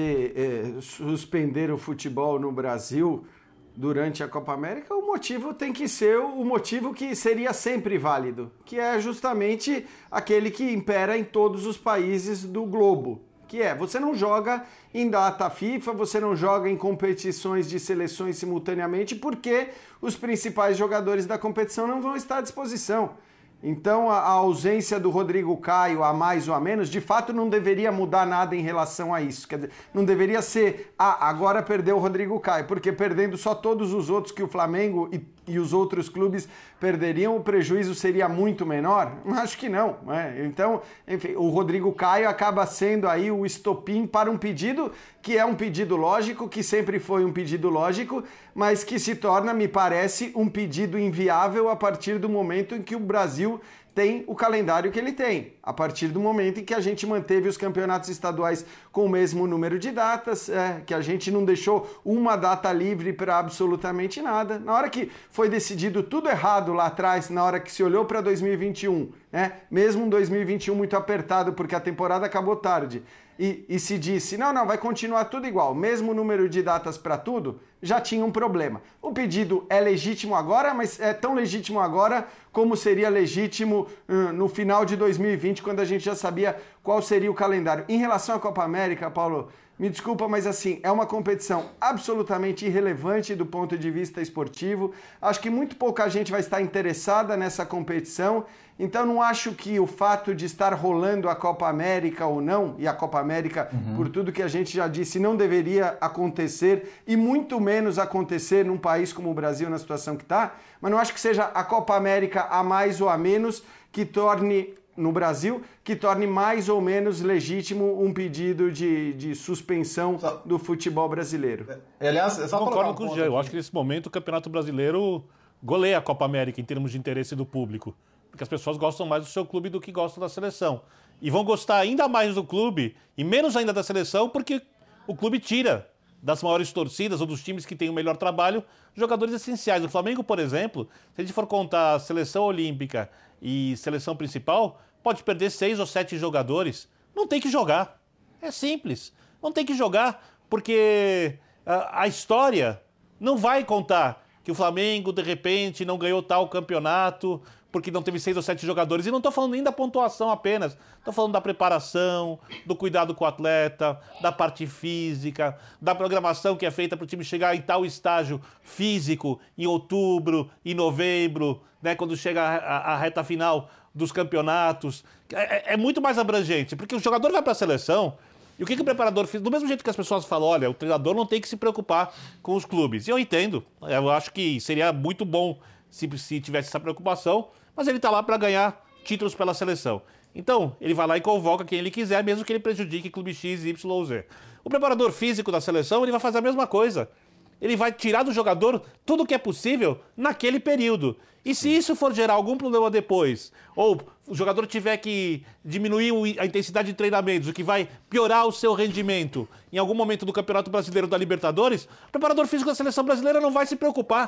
você suspender o futebol no Brasil durante a Copa América, o motivo tem que ser o motivo que seria sempre válido, que é justamente aquele que impera em todos os países do globo, que você não joga em data FIFA, você não joga em competições de seleções simultaneamente, porque os principais jogadores da competição não vão estar à disposição. Então, a ausência do Rodrigo Caio, a mais ou a menos, de fato não deveria mudar nada em relação a isso. Quer dizer, não deveria ser, agora perdeu o Rodrigo Caio, porque perdendo só todos os outros que o Flamengo e os outros clubes perderiam, o prejuízo seria muito menor? Acho que não. Então, enfim, o Rodrigo Caio acaba sendo aí o estopim para um pedido que é um pedido lógico, que sempre foi um pedido lógico, mas que se torna, me parece, um pedido inviável a partir do momento em que o Brasil tem o calendário que ele tem, a partir do momento em que a gente manteve os campeonatos estaduais com o mesmo número de datas, que a gente não deixou uma data livre para absolutamente nada. Na hora que foi decidido tudo errado lá atrás, na hora que se olhou para 2021, mesmo um 2021 muito apertado, porque a temporada acabou tarde, e se disse, não, vai continuar tudo igual, mesmo número de datas para tudo, já tinha um problema. O pedido é legítimo agora, mas é tão legítimo agora como seria legítimo no final de 2020, quando a gente já sabia qual seria o calendário. Em relação à Copa América, Paulo, me desculpa, mas assim, é uma competição absolutamente irrelevante do ponto de vista esportivo. Acho que muito pouca gente vai estar interessada nessa competição. Então não acho que o fato de estar rolando a Copa América ou não, e a Copa América, por tudo que a gente já disse, não deveria acontecer, e muito menos acontecer num país como o Brasil, na situação que está, mas não acho que seja a Copa América a mais ou a menos que torne, no Brasil, que torne mais ou menos legítimo um pedido de suspensão do futebol brasileiro. Aliás, eu concordo com o Jean. Eu acho que nesse momento o Campeonato Brasileiro goleia a Copa América em termos de interesse do público. Porque as pessoas gostam mais do seu clube do que gostam da seleção. E vão gostar ainda mais do clube e menos ainda da seleção porque o clube tira das maiores torcidas ou dos times que têm o melhor trabalho jogadores essenciais. O Flamengo, por exemplo, se a gente for contar seleção olímpica e seleção principal, pode perder 6 ou 7 jogadores. Não tem que jogar. É simples. Não tem que jogar porque a história não vai contar que o Flamengo, de repente, não ganhou tal campeonato porque não teve 6 ou 7 jogadores. E não estou falando nem da pontuação apenas. Estou falando da preparação, do cuidado com o atleta, da parte física, da programação que é feita para o time chegar em tal estágio físico em outubro, em novembro, né, quando chega a reta final dos campeonatos. É muito mais abrangente, porque o jogador vai para a seleção. E o que o preparador fez? Do mesmo jeito que as pessoas falam, olha, o treinador não tem que se preocupar com os clubes. E eu entendo. Eu acho que seria muito bom se tivesse essa preocupação, mas ele está lá para ganhar títulos pela seleção. Então, ele vai lá e convoca quem ele quiser, mesmo que ele prejudique clube X, Y ou Z. O preparador físico da seleção, ele vai fazer a mesma coisa. Ele vai tirar do jogador tudo o que é possível naquele período. E se isso for gerar algum problema depois, ou o jogador tiver que diminuir a intensidade de treinamentos, o que vai piorar o seu rendimento em algum momento do Campeonato Brasileiro da Libertadores, o preparador físico da seleção brasileira não vai se preocupar.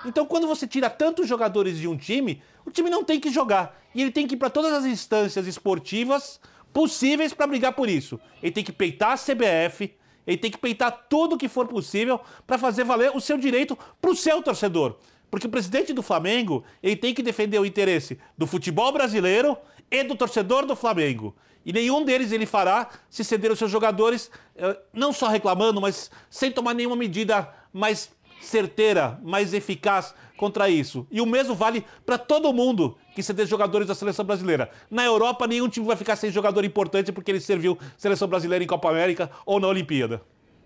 Então, quando você tira tantos jogadores de um time, o time não tem que jogar. E ele tem que ir para todas as instâncias esportivas possíveis para brigar por isso. Ele tem que peitar a CBF, ele tem que peitar tudo que for possível para fazer valer o seu direito para o seu torcedor. Porque o presidente do Flamengo, ele tem que defender o interesse do futebol brasileiro e do torcedor do Flamengo. E nenhum deles ele fará se ceder os seus jogadores, não só reclamando, mas sem tomar nenhuma medida mais certeira, mais eficaz contra isso. E o mesmo vale para todo mundo que ceder jogadores da seleção brasileira. Na Europa, nenhum time vai ficar sem jogador importante porque ele serviu seleção brasileira em Copa América ou na Olimpíada.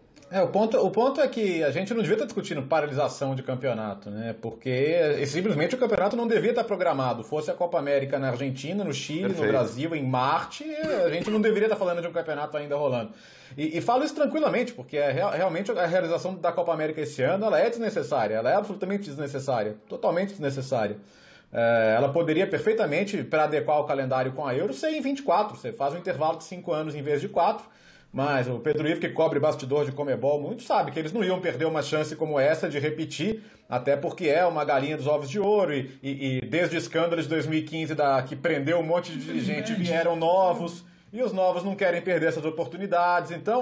O ponto é que a gente não devia estar discutindo paralisação de campeonato, né? Porque simplesmente o campeonato não devia estar programado. Fosse a Copa América na Argentina, no Chile, Perfeito. No Brasil, em Marte, a gente não deveria estar falando de um campeonato ainda rolando. E falo isso tranquilamente, porque realmente a realização da Copa América esse ano ela é desnecessária, ela é absolutamente desnecessária, totalmente desnecessária. Ela poderia perfeitamente, para adequar o calendário com a Euro, ser em 24. Você faz um intervalo de 5 anos em vez de 4. Mas o Pedro Ivo, que cobre bastidor de Conmebol, muito sabe que eles não iam perder uma chance como essa de repetir, até porque é uma galinha dos ovos de ouro e desde o escândalo de 2015 que prendeu um monte de dirigente, vieram novos e os novos não querem perder essas oportunidades. Então,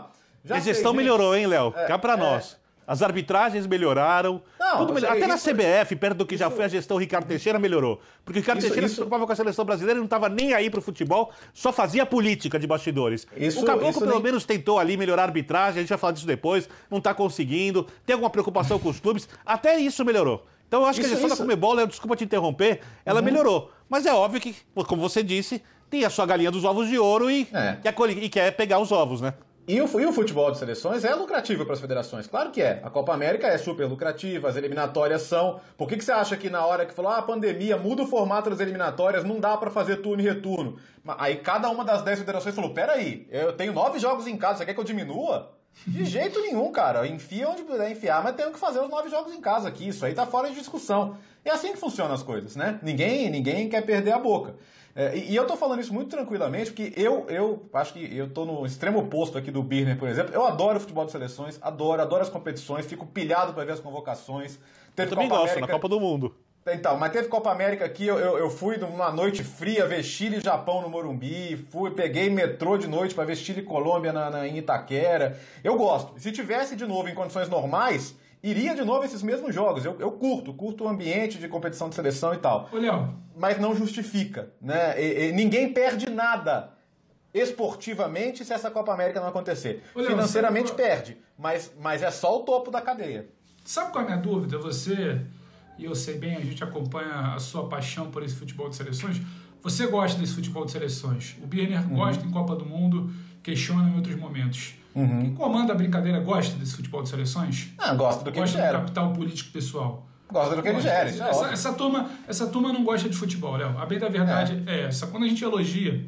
a gestão melhorou, hein, Léo? Cá pra nós. As arbitragens melhoraram. Tudo melhorou. Até na CBF, perto do que já foi a gestão Ricardo Teixeira, melhorou. Porque o Ricardo Teixeira se preocupava com a seleção brasileira e não estava nem aí pro futebol, só fazia política de bastidores. O Caboclo, pelo menos, tentou ali melhorar a arbitragem, a gente vai falar disso depois, não está conseguindo, tem alguma preocupação com os clubes, até isso melhorou. Então eu acho que a gestão da Conmebol, Léo, desculpa te interromper, ela melhorou. Mas é óbvio que, como você disse, tem a sua galinha dos ovos de ouro e quer pegar os ovos, né? E o futebol de seleções é lucrativo para as federações, claro que é. A Copa América é super lucrativa, as eliminatórias são. Por que você acha que na hora que falou a pandemia muda o formato das eliminatórias, não dá para fazer turno e retorno? Aí cada uma das 10 federações falou, peraí, eu tenho 9 jogos em casa, você quer que eu diminua? De jeito nenhum, cara. Enfia onde puder enfiar, mas tenho que fazer os 9 jogos em casa aqui, isso aí tá fora de discussão. É assim que funcionam as coisas, né? Ninguém quer perder a boca. E eu tô falando isso muito tranquilamente, porque eu acho que eu tô no extremo oposto aqui do Birner, por exemplo. Eu adoro o futebol de seleções, adoro as competições, fico pilhado para ver as convocações. Eu também gosto, na Copa do Mundo. Então, mas teve Copa América aqui, eu fui numa noite fria ver Chile e Japão no Morumbi, peguei metrô de noite para ver Chile e Colômbia em Itaquera. Eu gosto. Se tivesse de novo em condições normais, iria de novo esses mesmos jogos. Eu curto o ambiente de competição de seleção e tal. Ô, Léo. Mas não justifica, né? Ninguém perde nada esportivamente se essa Copa América não acontecer. Léo, financeiramente perde, mas é só o topo da cadeia. Sabe qual é a minha dúvida? Você, e eu sei bem, a gente acompanha a sua paixão por esse futebol de seleções. Você gosta desse futebol de seleções. O Birner gosta em Copa do Mundo, questiona em outros momentos. Quem comanda a brincadeira gosta desse futebol de seleções? Gosta do que ele gera. Gosta do capital político pessoal. Gosta do que ele gera. Essa turma não gosta de futebol, Léo. A bem da verdade é essa. Quando a gente elogia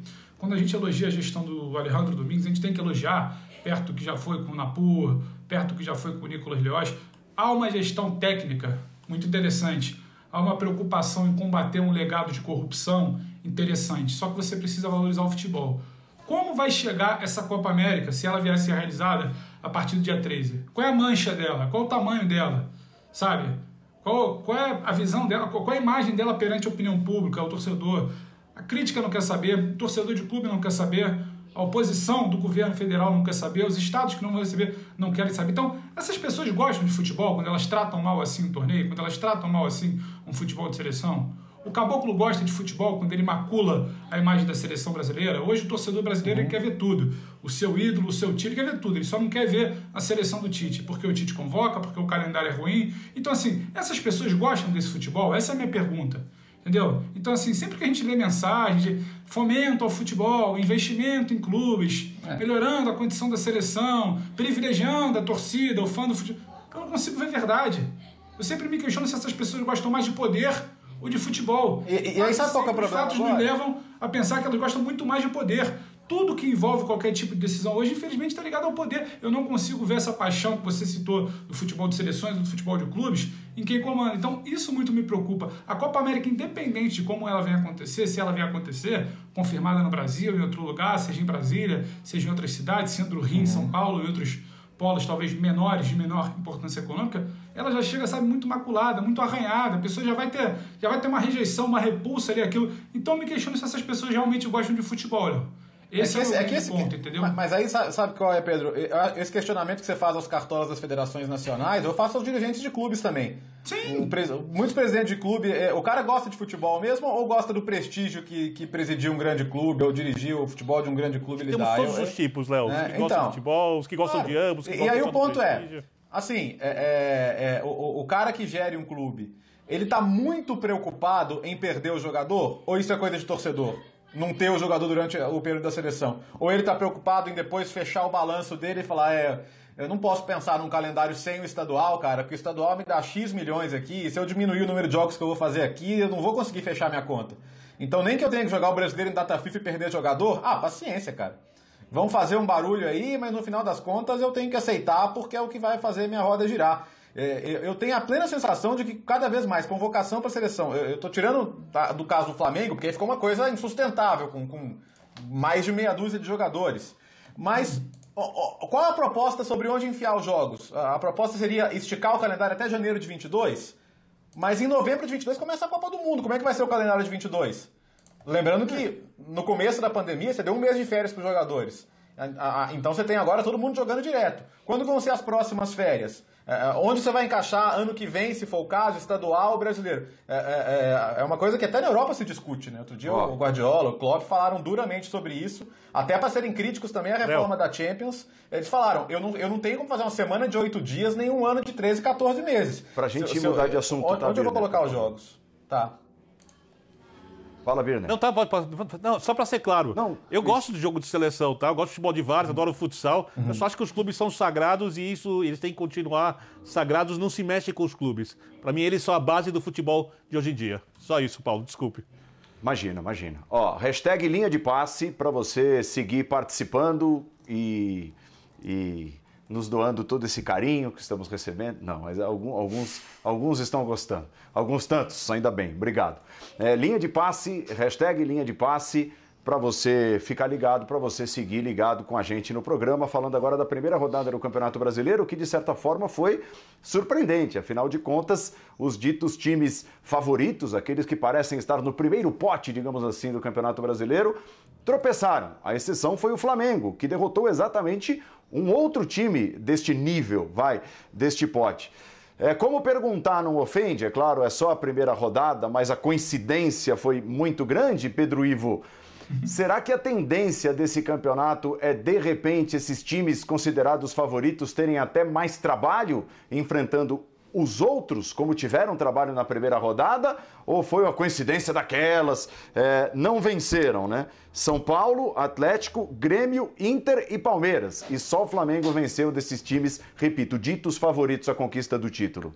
a gestão do Alejandro Domingues, a gente tem que elogiar, perto que já foi com o Napur, perto que já foi com o Nicolas Leoz. Há uma gestão técnica muito interessante. Há uma preocupação em combater um legado de corrupção interessante. Só que você precisa valorizar o futebol. Como vai chegar essa Copa América se ela vier a ser realizada a partir do dia 13? Qual é a mancha dela? Qual é o tamanho dela? Sabe? Qual é a visão dela? Qual é a imagem dela perante a opinião pública, ao torcedor? A crítica não quer saber, o torcedor de clube não quer saber, a oposição do governo federal não quer saber, os estados que não vão receber não querem saber. Então, essas pessoas gostam de futebol quando elas tratam mal assim um torneio, quando elas tratam mal assim um futebol de seleção? O Caboclo gosta de futebol quando ele macula a imagem da seleção brasileira. Hoje o torcedor brasileiro ele quer ver tudo. O seu ídolo, o seu Tite, ele quer ver tudo. Ele só não quer ver a seleção do Tite, porque o Tite convoca, porque o calendário é ruim. Então, assim, essas pessoas gostam desse futebol? Essa é a minha pergunta. Entendeu? Então, assim, sempre que a gente lê mensagem de fomento ao futebol, investimento em clubes, melhorando a condição da seleção, privilegiando a torcida, o fã do futebol, eu não consigo ver verdade. Eu sempre me questiono se essas pessoas gostam mais de poder ou de futebol. E aí sabe qual que é o problema? Os fatos me levam a pensar que elas gostam muito mais de poder. Tudo que envolve qualquer tipo de decisão hoje, infelizmente, está ligado ao poder. Eu não consigo ver essa paixão que você citou do futebol de seleções, do futebol de clubes, em quem comanda. Então, isso muito me preocupa. A Copa América, independente de como ela venha acontecer, se ela venha acontecer, confirmada no Brasil, em outro lugar, seja em Brasília, seja em outras cidades, sendo o Rio, em São Paulo e outros polos talvez menores, de menor importância econômica, ela já chega, sabe, muito maculada, muito arranhada, a pessoa já vai ter uma rejeição, uma repulsa ali, aquilo. Então eu me questiono se essas pessoas realmente gostam de futebol, Léo. Esse é o ponto, entendeu? Mas aí, sabe qual é, Pedro? Esse questionamento que você faz aos cartolas das federações nacionais, eu faço aos dirigentes de clubes também. Sim. Muitos presidentes de clube, o cara gosta de futebol mesmo ou gosta do prestígio que presidir um grande clube ou dirigir o futebol de um grande clube lhe dá? Temos todos os tipos, Léo. Os que gostam de futebol, os que gostam de ambos. E aí o ponto assim, o cara que gere um clube, ele tá muito preocupado em perder o jogador ou isso é coisa de torcedor? Não ter o jogador durante o período da seleção. Ou ele está preocupado em depois fechar o balanço dele e falar, eu não posso pensar num calendário sem o estadual, cara, porque o estadual me dá X milhões aqui, e se eu diminuir o número de jogos que eu vou fazer aqui, eu não vou conseguir fechar minha conta. Então nem que eu tenha que jogar o brasileiro em data FIFA e perder jogador, paciência, cara. Vão fazer um barulho aí, mas no final das contas eu tenho que aceitar porque é o que vai fazer minha roda girar. Eu tenho a plena sensação de que cada vez mais convocação para a seleção, eu estou tirando do caso do Flamengo, porque aí ficou uma coisa insustentável, com mais de meia dúzia de jogadores. Mas qual é a proposta sobre onde enfiar os jogos? A proposta seria esticar o calendário até janeiro de 22, mas em novembro de 22 começa a Copa do Mundo. Como é que vai ser o calendário de 22? Lembrando que no começo da pandemia você deu um mês de férias para os jogadores. Então você tem agora todo mundo jogando direto. Quando vão ser as próximas férias? Onde você vai encaixar ano que vem, se for o caso, estadual ou brasileiro? É uma coisa que até na Europa se discute, né? Outro dia o Guardiola, o Klopp falaram duramente sobre isso, até para serem críticos também à reforma da Champions. Eles falaram, eu não tenho como fazer uma semana de 8 dias, nem um ano de 13, 14 meses. Pra gente mudar de assunto, onde eu vou colocar os jogos? Tá. Fala, Birner. Não, não, só pra ser claro. Eu gosto de jogo de seleção, tá? Eu gosto de futebol de várzea, adoro futsal. Eu só acho que os clubes são sagrados e eles têm que continuar sagrados, não se mexem com os clubes. Pra mim, eles são a base do futebol de hoje em dia. Só isso, Paulo, desculpe. Imagina. Hashtag linha de passe pra você seguir participando e nos doando todo esse carinho que estamos recebendo. Não, mas alguns estão gostando. Alguns tantos, ainda bem. Obrigado. Linha de passe, hashtag linha de passe, para você ficar ligado, para você seguir ligado com a gente no programa, falando agora da primeira rodada do Campeonato Brasileiro, que de certa forma foi surpreendente. Afinal de contas, os ditos times favoritos, aqueles que parecem estar no primeiro pote, digamos assim, do Campeonato Brasileiro, tropeçaram. A exceção foi o Flamengo, que derrotou exatamente um outro time deste nível, deste pote. Como perguntar não ofende, é claro, é só a primeira rodada, mas a coincidência foi muito grande, Pedro Ivo. Será que a tendência desse campeonato é, de repente, esses times considerados favoritos terem até mais trabalho enfrentando os outros, como tiveram trabalho na primeira rodada, ou foi uma coincidência daquelas? Não venceram, né? São Paulo, Atlético, Grêmio, Inter e Palmeiras. E só o Flamengo venceu desses times, repito, ditos favoritos à conquista do título.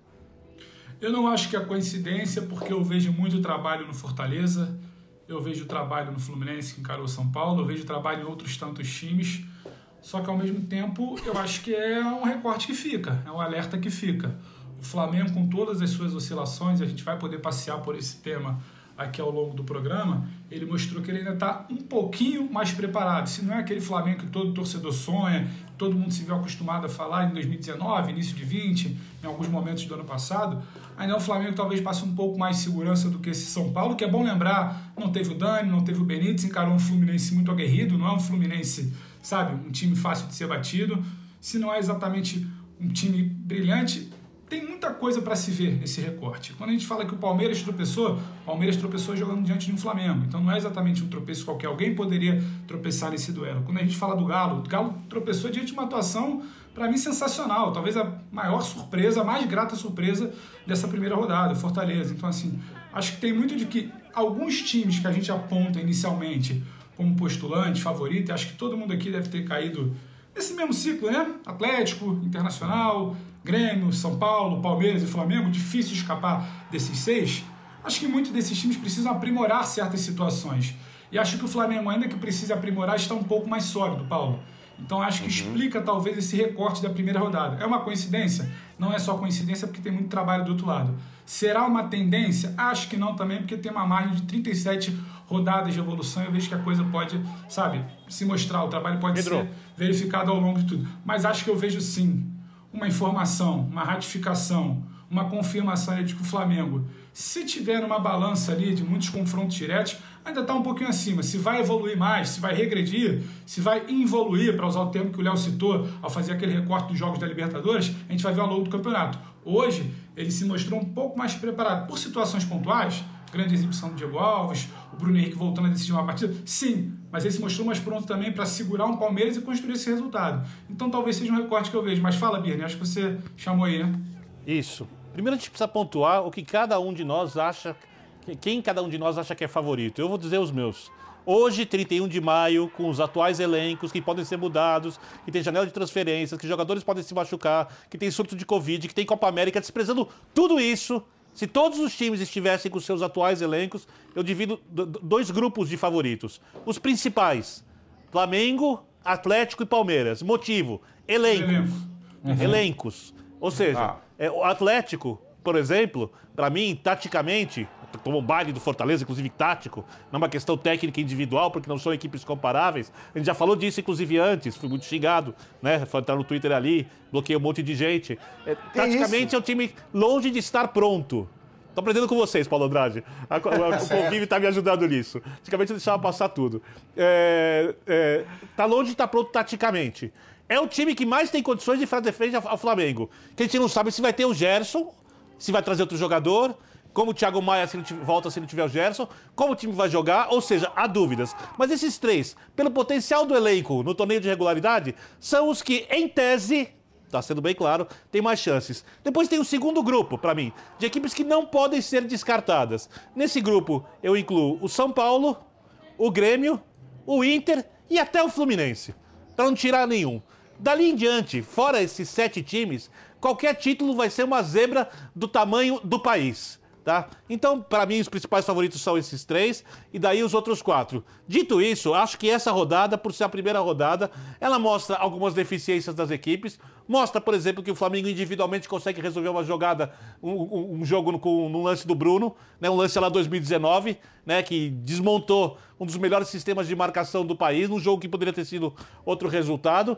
Eu não acho que é coincidência, porque eu vejo muito trabalho no Fortaleza, eu vejo trabalho no Fluminense, que encarou São Paulo, eu vejo trabalho em outros tantos times, só que ao mesmo tempo eu acho que é um recorte que fica, é um alerta que fica. O Flamengo, com todas as suas oscilações, a gente vai poder passear por esse tema aqui ao longo do programa, ele mostrou que ele ainda está um pouquinho mais preparado. Se não é aquele Flamengo que todo torcedor sonha, todo mundo se viu acostumado a falar em 2019, início de 20, em alguns momentos do ano passado, ainda o Flamengo talvez passe um pouco mais de segurança do que esse São Paulo, que é bom lembrar, não teve o Dani, não teve o Benítez, encarou um Fluminense muito aguerrido, não é um Fluminense, sabe, um time fácil de ser batido. Se não é exatamente um time brilhante, tem muita coisa para se ver nesse recorte. Quando a gente fala que o Palmeiras tropeçou jogando diante de um Flamengo. Então não é exatamente um tropeço qualquer. Alguém poderia tropeçar nesse duelo. Quando a gente fala do Galo, o Galo tropeçou diante de uma atuação, para mim, sensacional. Talvez a maior surpresa, a mais grata surpresa dessa primeira rodada, Fortaleza. Então, assim, acho que tem muito de que alguns times que a gente aponta inicialmente como postulante, favorito, e acho que todo mundo aqui deve ter caído nesse mesmo ciclo, né? Atlético, Internacional, Grêmio, São Paulo, Palmeiras e Flamengo, difícil escapar desses 6. Acho que muitos desses times precisam aprimorar certas situações. E acho que o Flamengo, ainda que precise aprimorar, está um pouco mais sólido, Paulo. Então acho que explica talvez esse recorte da primeira rodada. É uma coincidência? Não é só coincidência porque tem muito trabalho do outro lado. Será uma tendência? Acho que não também, porque tem uma margem de 37 rodadas de evolução, eu vejo que a coisa pode, sabe, se mostrar, o trabalho pode ser verificado ao longo de tudo. Mas acho que eu vejo sim uma informação, uma ratificação, uma confirmação de que o Flamengo, se tiver numa balança ali de muitos confrontos diretos, ainda está um pouquinho acima. Se vai evoluir mais, se vai regredir, se vai involuir, para usar o termo que o Léo citou ao fazer aquele recorte dos jogos da Libertadores, a gente vai ver ao longo do campeonato. Hoje, ele se mostrou um pouco mais preparado por situações pontuais, grande exibição do Diego Alves, o Bruno Henrique voltando a decidir uma partida, sim, mas ele se mostrou mais pronto também para segurar um Palmeiras e construir esse resultado. Então talvez seja um recorte que eu vejo. Mas fala, Birne, acho que você chamou aí, né? Isso. Primeiro a gente precisa pontuar o que cada um de nós acha, quem cada um de nós acha que é favorito. Eu vou dizer os meus. Hoje, 31 de maio, com os atuais elencos que podem ser mudados, que tem janela de transferências, que jogadores podem se machucar, que tem surto de Covid, que tem Copa América, desprezando tudo isso, se todos os times estivessem com seus atuais elencos, eu divido dois grupos de favoritos. Os principais, Flamengo, Atlético e Palmeiras. Motivo, elencos. Elencos. Ou seja, o Atlético, por exemplo, para mim, taticamente, tomou um baile do Fortaleza, inclusive tático, não é uma questão técnica individual, porque não são equipes comparáveis. A gente já falou disso, inclusive, antes, fui muito xingado, né? Foi entrar no Twitter ali, bloqueei um monte de gente. Taticamente, é um time longe de estar pronto. Tô aprendendo com vocês, Paulo Andrade. O convívio tá me ajudando nisso. Antigamente eu deixava passar tudo. Tá longe de estar pronto taticamente. É o time que mais tem condições de fazer frente ao Flamengo. Que a gente não sabe se vai ter o Gerson, se vai trazer outro jogador, como o Thiago Maia volta se não tiver o Gerson, como o time vai jogar, ou seja, há dúvidas. Mas esses três, pelo potencial do elenco no torneio de regularidade, são os que, em tese, tá sendo bem claro, tem mais chances. Depois tem o segundo grupo, para mim, de equipes que não podem ser descartadas. Nesse grupo, eu incluo o São Paulo, o Grêmio, o Inter e até o Fluminense, para não tirar nenhum. Dali em diante, fora esses 7 times, qualquer título vai ser uma zebra do tamanho do país. Tá? Então, para mim, os principais favoritos são esses 3 e daí os outros 4. Dito isso, acho que essa rodada, por ser a primeira rodada, ela mostra algumas deficiências das equipes. Mostra, por exemplo, que o Flamengo individualmente consegue resolver uma jogada, um jogo no lance do Bruno, né? Um lance lá 2019, né? Que desmontou um dos melhores sistemas de marcação do país, num jogo que poderia ter sido outro resultado.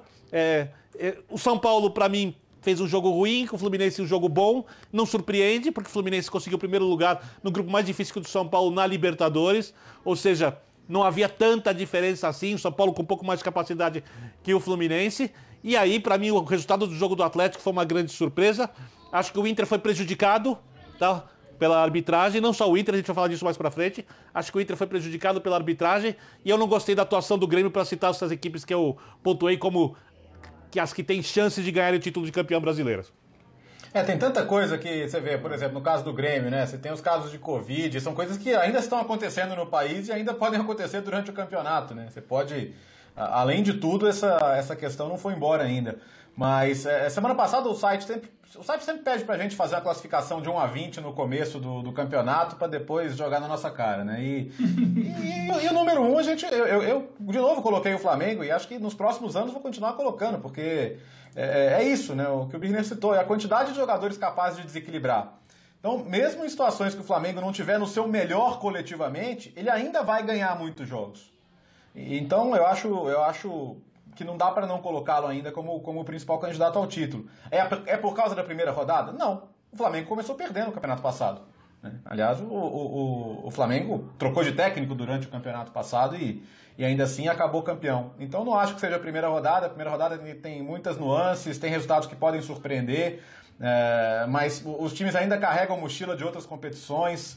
O São Paulo, para mim, fez um jogo ruim, com o Fluminense um jogo bom. Não surpreende, porque o Fluminense conseguiu o primeiro lugar no grupo mais difícil que o do São Paulo na Libertadores. Ou seja, não havia tanta diferença assim. O São Paulo com um pouco mais de capacidade que o Fluminense. E aí, para mim, o resultado do jogo do Atlético foi uma grande surpresa. Acho que o Inter foi prejudicado, tá? Pela arbitragem. Não só o Inter, a gente vai falar disso mais pra frente. Acho que o Inter foi prejudicado pela arbitragem. E eu não gostei da atuação do Grêmio para citar essas equipes que eu pontuei como as que têm chances de ganhar o título de campeão brasileiro. Tem tanta coisa que você vê, por exemplo, no caso do Grêmio, né? Você tem os casos de Covid, são coisas que ainda estão acontecendo no país e ainda podem acontecer durante o campeonato, né? Você pode, além de tudo, essa questão não foi embora ainda. Mas semana passada o site sempre pede pra gente fazer uma classificação de 1 a 20 no começo do campeonato para depois jogar na nossa cara, né? E o número 1, eu de novo coloquei o Flamengo e acho que nos próximos anos vou continuar colocando, porque é isso, né? O que o Birner citou, é a quantidade de jogadores capazes de desequilibrar. Então, mesmo em situações que o Flamengo não tiver no seu melhor coletivamente, ele ainda vai ganhar muitos jogos. Então, eu acho que não dá para não colocá-lo ainda como o principal candidato ao título. É por causa da primeira rodada? Não. O Flamengo começou perdendo o campeonato passado, né? Aliás, o Flamengo trocou de técnico durante o campeonato passado e ainda assim acabou campeão. Então não acho que seja a primeira rodada. A primeira rodada tem muitas nuances, tem resultados que podem surpreender, mas os times ainda carregam mochila de outras competições.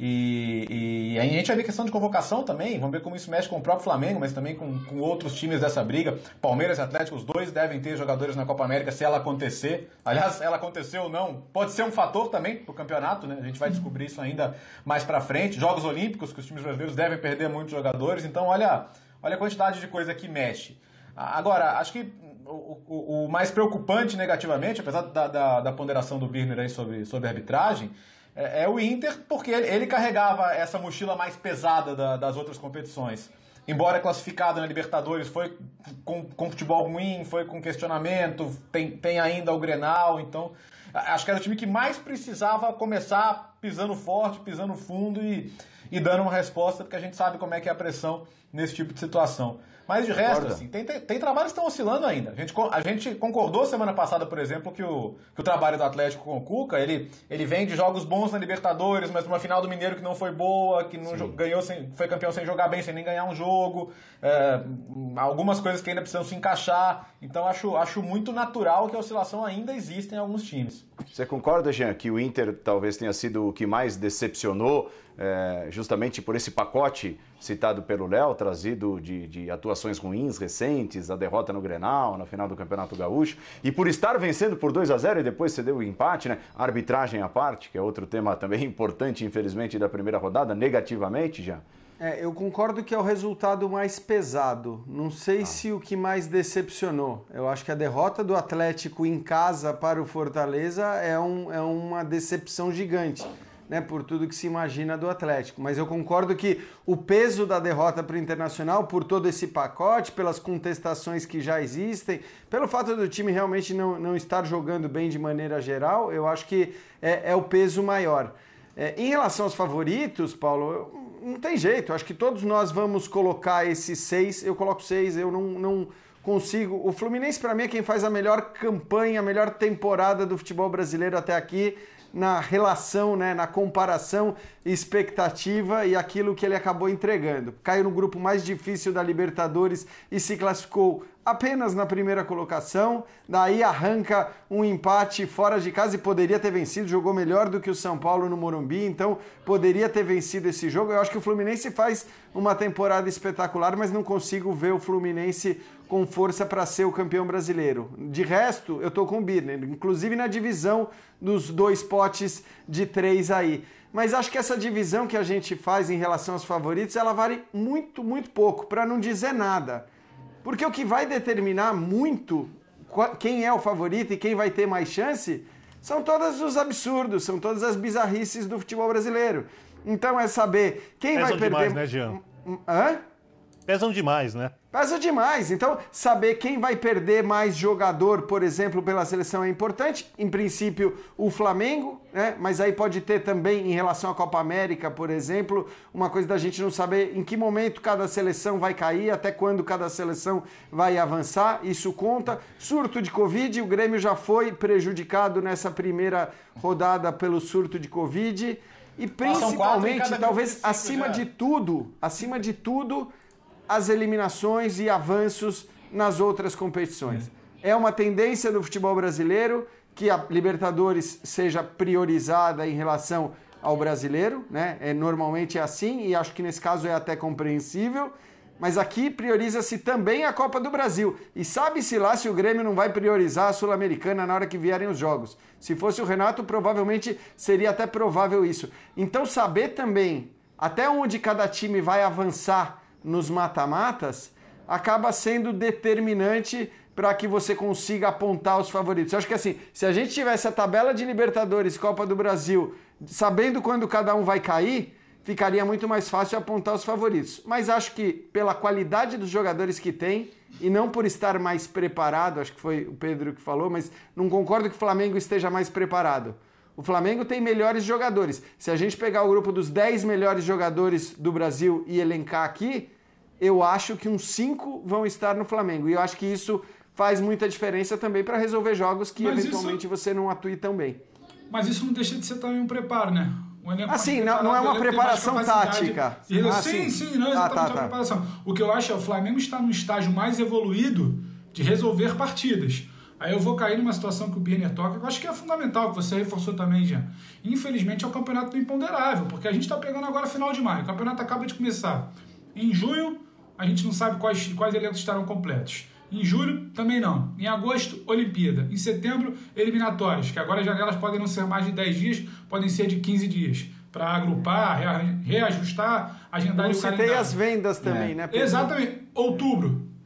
E aí a gente vai ver questão de convocação também, vamos ver como isso mexe com o próprio Flamengo, mas também com outros times dessa briga. Palmeiras e Atlético, os dois devem ter jogadores na Copa América se ela acontecer. Aliás, ela aconteceu ou não, pode ser um fator também pro campeonato, né? A gente vai descobrir isso ainda mais pra frente. Jogos Olímpicos, que os times brasileiros devem perder muitos jogadores, então olha a quantidade de coisa que mexe. Agora, acho que o mais preocupante negativamente, apesar da ponderação do Birner aí sobre a arbitragem, é o Inter, porque ele carregava essa mochila mais pesada das outras competições. Embora classificado na Libertadores, foi com futebol ruim, foi com questionamento, tem ainda o Grenal, então acho que era o time que mais precisava começar pisando forte, pisando fundo e dando uma resposta, porque a gente sabe como é que é a pressão nesse tipo de situação. Mas de resto, assim, tem trabalhos que estão oscilando ainda. A gente concordou semana passada, por exemplo, que o trabalho do Atlético com o Cuca, ele vem de jogos bons na Libertadores, mas uma final do Mineiro que não foi boa, que não ganhou, foi campeão sem jogar bem, sem nem ganhar um jogo, algumas coisas que ainda precisam se encaixar. Então acho muito natural que a oscilação ainda exista em alguns times. Você concorda, Jean, que o Inter talvez tenha sido o que mais decepcionou, justamente por esse pacote citado pelo Léo, trazido de atuações ruins, recentes, a derrota no Grenal, na final do Campeonato Gaúcho, e por estar vencendo por 2-0 e depois cedeu o empate, né? Arbitragem à parte, que é outro tema também importante, infelizmente, da primeira rodada, negativamente, Jean? Eu concordo que é o resultado mais pesado. Não sei se o que mais decepcionou. Eu acho que a derrota do Atlético em casa para o Fortaleza é uma decepção gigante, né, por tudo que se imagina do Atlético. Mas eu concordo que o peso da derrota para o Internacional, por todo esse pacote, pelas contestações que já existem, pelo fato do time realmente não estar jogando bem de maneira geral, eu acho que é o peso maior. Em relação aos favoritos, Paulo, não tem jeito. Acho que todos nós vamos colocar esses 6. Eu coloco 6, eu não consigo. O Fluminense, para mim, é quem faz a melhor campanha, a melhor temporada do futebol brasileiro até aqui, na relação, né, na comparação, expectativa e aquilo que ele acabou entregando. Caiu no grupo mais difícil da Libertadores e se classificou apenas na primeira colocação, daí arranca um empate fora de casa e poderia ter vencido, jogou melhor do que o São Paulo no Morumbi, então poderia ter vencido esse jogo. Eu acho que o Fluminense faz uma temporada espetacular, mas não consigo ver o Fluminense com força para ser o campeão brasileiro. De resto, eu tô com o Birner, inclusive na divisão dos 2 potes de 3 aí. Mas acho que essa divisão que a gente faz em relação aos favoritos, ela vale muito, muito pouco, para não dizer nada. Porque o que vai determinar muito quem é o favorito e quem vai ter mais chance são todos os absurdos, são todas as bizarrices do futebol brasileiro. Então é saber quem vai perder... Pesam demais, né, Jean? Hã? Pesam demais, né? Pesa demais. Então, saber quem vai perder mais jogador, por exemplo, pela seleção é importante. Em princípio, o Flamengo, né? Mas aí pode ter também, em relação à Copa América, por exemplo, uma coisa da gente não saber em que momento cada seleção vai cair, até quando cada seleção vai avançar. Isso conta. Surto de Covid, o Grêmio já foi prejudicado nessa primeira rodada pelo surto de Covid. E principalmente, talvez acima de tudo, as eliminações e avanços nas outras competições. É uma tendência do futebol brasileiro que a Libertadores seja priorizada em relação ao brasileiro, né? Normalmente é assim, e acho que nesse caso é até compreensível, mas aqui prioriza-se também a Copa do Brasil. E sabe-se lá se o Grêmio não vai priorizar a Sul-Americana na hora que vierem os jogos. Se fosse o Renato, provavelmente seria até provável isso. Então saber também até onde cada time vai avançar nos mata-matas, acaba sendo determinante para que você consiga apontar os favoritos. Eu acho que assim, se a gente tivesse a tabela de Libertadores, Copa do Brasil, sabendo quando cada um vai cair, ficaria muito mais fácil apontar os favoritos. Mas acho que pela qualidade dos jogadores que tem, e não por estar mais preparado, acho que foi o Pedro que falou, mas não concordo que o Flamengo esteja mais preparado. O Flamengo tem melhores jogadores. Se a gente pegar o grupo dos 10 melhores jogadores do Brasil e elencar aqui, eu acho que uns 5 vão estar no Flamengo. E eu acho que isso faz muita diferença também para resolver jogos que eventualmente você não atue tão bem. Mas isso não deixa de ser também um preparo, né? Assim, não é uma preparação tática. Sim, não é exatamente uma preparação. O que eu acho é que o Flamengo está no estágio mais evoluído de resolver partidas. Aí eu vou cair numa situação que o Birner toca, que eu acho que é fundamental, que você reforçou também, Jean. Infelizmente é o campeonato do imponderável, porque a gente está pegando agora final de maio, o campeonato acaba de começar. Em junho, a gente não sabe quais elencos estarão completos. Em julho, também não. Em agosto, Olimpíada. Em setembro, eliminatórias, que agora as janelas podem não ser mais de 10 dias, podem ser de 15 dias. Para agrupar, reajustar, agendar o calendário. Citei as vendas também, né, Pedro? Exatamente. Outubro.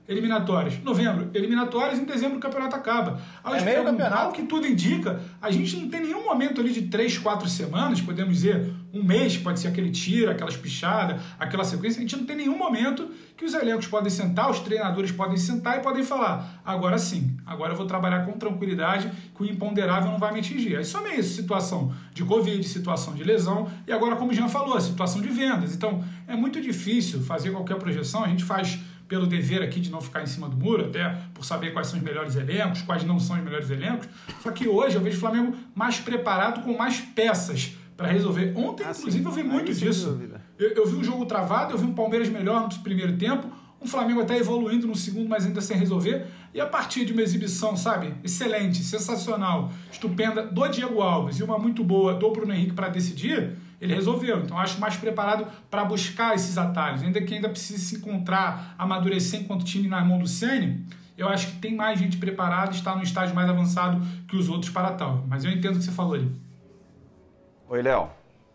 eliminatórias. Novembro, eliminatórias, em dezembro o campeonato acaba. É meio campeonato. Ao que tudo indica, a gente não tem nenhum momento ali de 3, 4 semanas, podemos dizer um mês, pode ser aquele tiro, aquelas pichadas, aquela sequência, a gente não tem nenhum momento que os elencos podem sentar, os treinadores podem sentar e podem falar, agora sim, agora eu vou trabalhar com tranquilidade, que o imponderável não vai me atingir. Aí só isso, situação de Covid, situação de lesão, e agora, como o Jean falou, a situação de vendas. Então, é muito difícil fazer qualquer projeção, a gente faz pelo dever aqui de não ficar em cima do muro, até por saber quais são os melhores elencos, quais não são os melhores elencos. Só que hoje eu vejo o Flamengo mais preparado, com mais peças para resolver. Ontem, inclusive, eu vi muito disso. Eu vi um jogo travado, eu vi um Palmeiras melhor no primeiro tempo, um Flamengo até evoluindo no segundo, mas ainda sem resolver. E a partir de uma exibição, sabe, excelente, sensacional, estupenda do Diego Alves e uma muito boa do Bruno Henrique para decidir, ele resolveu. Então, acho mais preparado para buscar esses atalhos. Ainda que ainda precise se encontrar, amadurecer enquanto time na mão do Ceni, eu acho que tem mais gente preparada e está no estágio mais avançado que os outros para tal. Mas eu entendo o que você falou ali. Oi, Léo.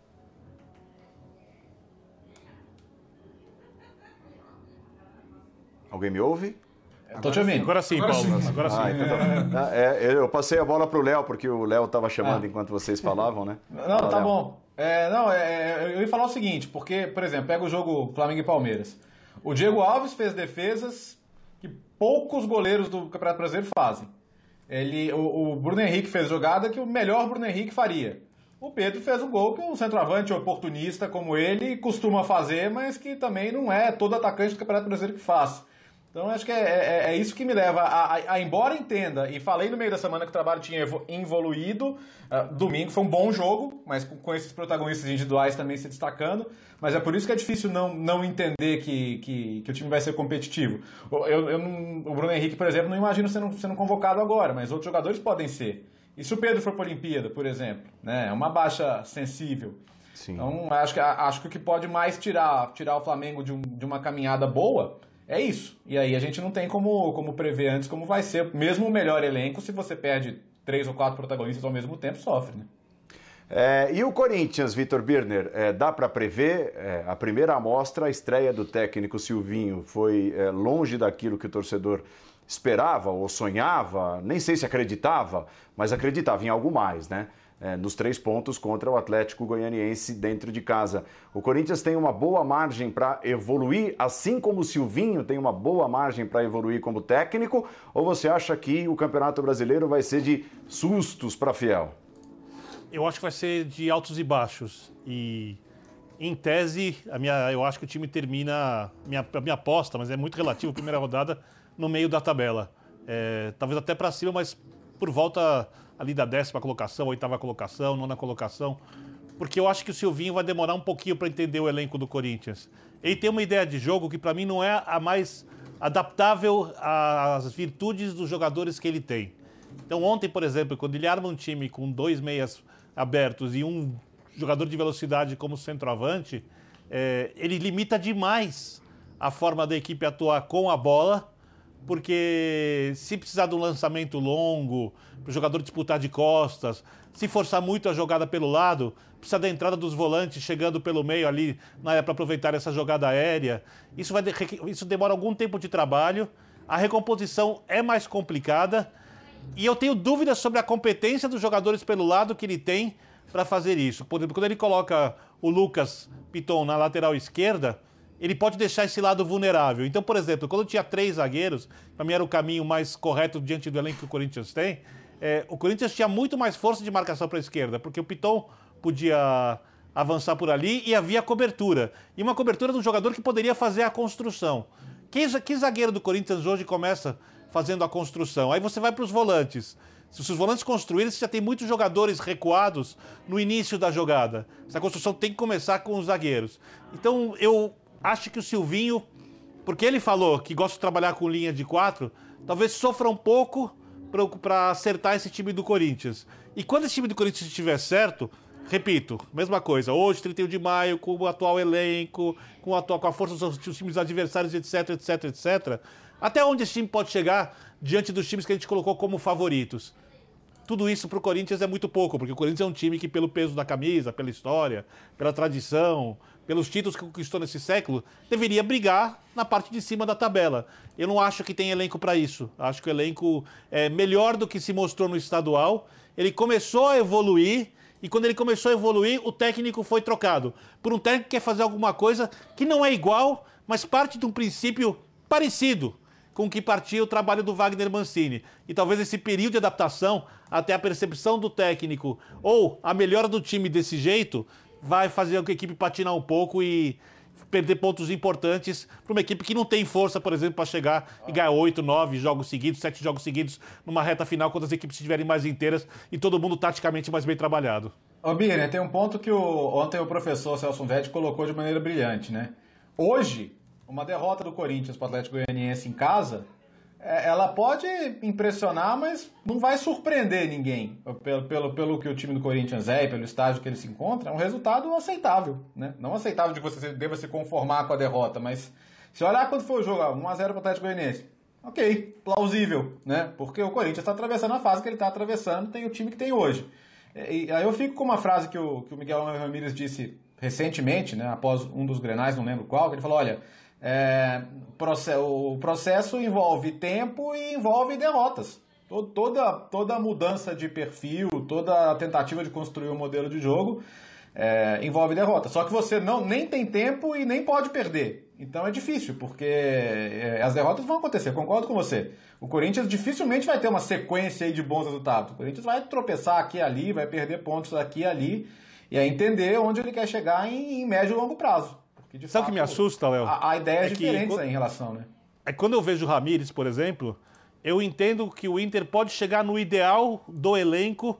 Alguém me ouve? Tô te ouvindo. Agora sim, Paulo. Sim. Agora sim. Então tá. Eu passei a bola pro Léo, porque o Léo estava chamando enquanto vocês falavam, né? Não, Fala, tá Léo. bom. Eu ia falar o seguinte, porque, por exemplo, pega o jogo Flamengo e Palmeiras. O Diego Alves fez defesas que poucos goleiros do Campeonato Brasileiro fazem. O Bruno Henrique fez jogada que o melhor Bruno Henrique faria. O Pedro fez o gol que um centroavante oportunista como ele costuma fazer, mas que também não é todo atacante do Campeonato Brasileiro que faz. Então, acho que é isso que me leva embora entenda, e falei no meio da semana que o trabalho tinha evoluído, domingo foi um bom jogo, mas com esses protagonistas individuais também se destacando, mas é por isso que é difícil não entender que o time vai ser competitivo. O Bruno Henrique, por exemplo, não imagino sendo convocado agora, mas outros jogadores podem ser. E se o Pedro for para a Olimpíada, por exemplo, né, é uma baixa sensível. Sim. Então, acho que o que pode mais tirar o Flamengo de uma caminhada boa é isso. E aí a gente não tem como prever antes como vai ser. Mesmo o melhor elenco, se você perde 3 ou 4 protagonistas ao mesmo tempo, sofre, né? E o Corinthians, Vitor Birner, dá para prever? A primeira amostra, a estreia do técnico Silvinho foi longe daquilo que o torcedor esperava ou sonhava, nem sei se acreditava, mas acreditava em algo mais, né? Nos 3 pontos contra o Atlético Goianiense dentro de casa. O Corinthians tem uma boa margem para evoluir, assim como o Silvinho tem uma boa margem para evoluir como técnico, ou você acha que o Campeonato Brasileiro vai ser de sustos para Fiel? Eu acho que vai ser de altos e baixos. E, em tese, eu acho que o time termina, a minha aposta, mas é muito relativo, a primeira rodada, no meio da tabela. Talvez até para cima, mas por volta ali da 10ª colocação, 8ª colocação, 9ª colocação, porque eu acho que o Silvinho vai demorar um pouquinho para entender o elenco do Corinthians. Ele tem uma ideia de jogo que para mim não é a mais adaptável às virtudes dos jogadores que ele tem. Então ontem, por exemplo, quando ele arma um time com 2 meias abertos e um jogador de velocidade como centroavante, ele limita demais a forma da equipe atuar com a bola, porque se precisar de um lançamento longo, para o jogador disputar de costas, se forçar muito a jogada pelo lado, precisa da entrada dos volantes chegando pelo meio ali para aproveitar essa jogada aérea. Isso demora algum tempo de trabalho, a recomposição é mais complicada e eu tenho dúvidas sobre a competência dos jogadores pelo lado que ele tem para fazer isso. Por exemplo, quando ele coloca o Lucas Piton na lateral esquerda, ele pode deixar esse lado vulnerável. Então, por exemplo, quando tinha 3 zagueiros, para mim era o caminho mais correto diante do elenco que o Corinthians tem, o Corinthians tinha muito mais força de marcação para a esquerda, porque o Piton podia avançar por ali e havia cobertura. E uma cobertura de um jogador que poderia fazer a construção. Que zagueiro do Corinthians hoje começa fazendo a construção? Aí você vai para os volantes. Se os volantes construírem, você já tem muitos jogadores recuados no início da jogada. Essa construção tem que começar com os zagueiros. Então, eu acho que o Silvinho, porque ele falou que gosta de trabalhar com linha de 4, talvez sofra um pouco para acertar esse time do Corinthians. E quando esse time do Corinthians estiver certo, repito, mesma coisa, hoje, 31 de maio, com o atual elenco, com a força dos times adversários, etc, etc, etc, até onde esse time pode chegar diante dos times que a gente colocou como favoritos? tudo isso para o Corinthians é muito pouco, porque o Corinthians é um time que, pelo peso da camisa, pela história, pela tradição, pelos títulos que conquistou nesse século, deveria brigar na parte de cima da tabela. Eu não acho que tem elenco para isso. Acho que o elenco é melhor do que se mostrou no estadual. Ele começou a evoluir, e quando ele começou a evoluir, o técnico foi trocado por um técnico que quer fazer alguma coisa que não é igual, mas parte de um princípio parecido com o que partia o trabalho do Wagner Mancini. E talvez esse período de adaptação até a percepção do técnico ou a melhora do time desse jeito vai fazer com que a equipe patinar um pouco e perder pontos importantes para uma equipe que não tem força, por exemplo, para chegar e ganhar 8, 9 jogos seguidos, 7 jogos seguidos numa reta final, quando as equipes estiverem mais inteiras e todo mundo taticamente mais bem trabalhado. Ô, Birner, tem um ponto que ontem o professor Celso Vetti colocou de maneira brilhante, né? Hoje, uma derrota do Corinthians para o Atlético Goianiense em casa, ela pode impressionar, mas não vai surpreender ninguém. Pelo que o time do Corinthians é e pelo estágio que ele se encontra, é um resultado aceitável, né? Não aceitável de que você deva se conformar com a derrota, mas se olhar quando foi o jogo, 1-0 para o Atlético Goianiense, ok, plausível, né? Porque o Corinthians está atravessando a fase que ele está atravessando, tem o time que tem hoje. E aí eu fico com uma frase que o Miguel Ramírez disse recentemente, né, após um dos Grenais, não lembro qual, que ele falou, olha, o processo envolve tempo e envolve derrotas. Toda mudança de perfil, toda tentativa de construir um modelo de jogo envolve derrota. Só que você nem tem tempo e nem pode perder. Então é difícil, porque as derrotas vão acontecer, concordo com você. O Corinthians dificilmente vai ter uma sequência aí de bons resultados. O Corinthians vai tropeçar aqui e ali, vai perder pontos aqui e ali, e é entender onde ele quer chegar em médio e longo prazo. Porque, sabe o que me assusta, Léo? A ideia é diferente em relação, né? Quando eu vejo o Ramírez, por exemplo, eu entendo que o Inter pode chegar no ideal do elenco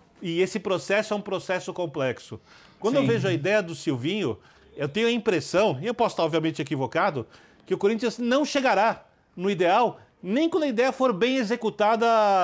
e esse processo é um processo complexo. Quando eu vejo a ideia do Silvinho, eu tenho a impressão, e eu posso estar obviamente equivocado, que o Corinthians não chegará no ideal nem quando a ideia for bem executada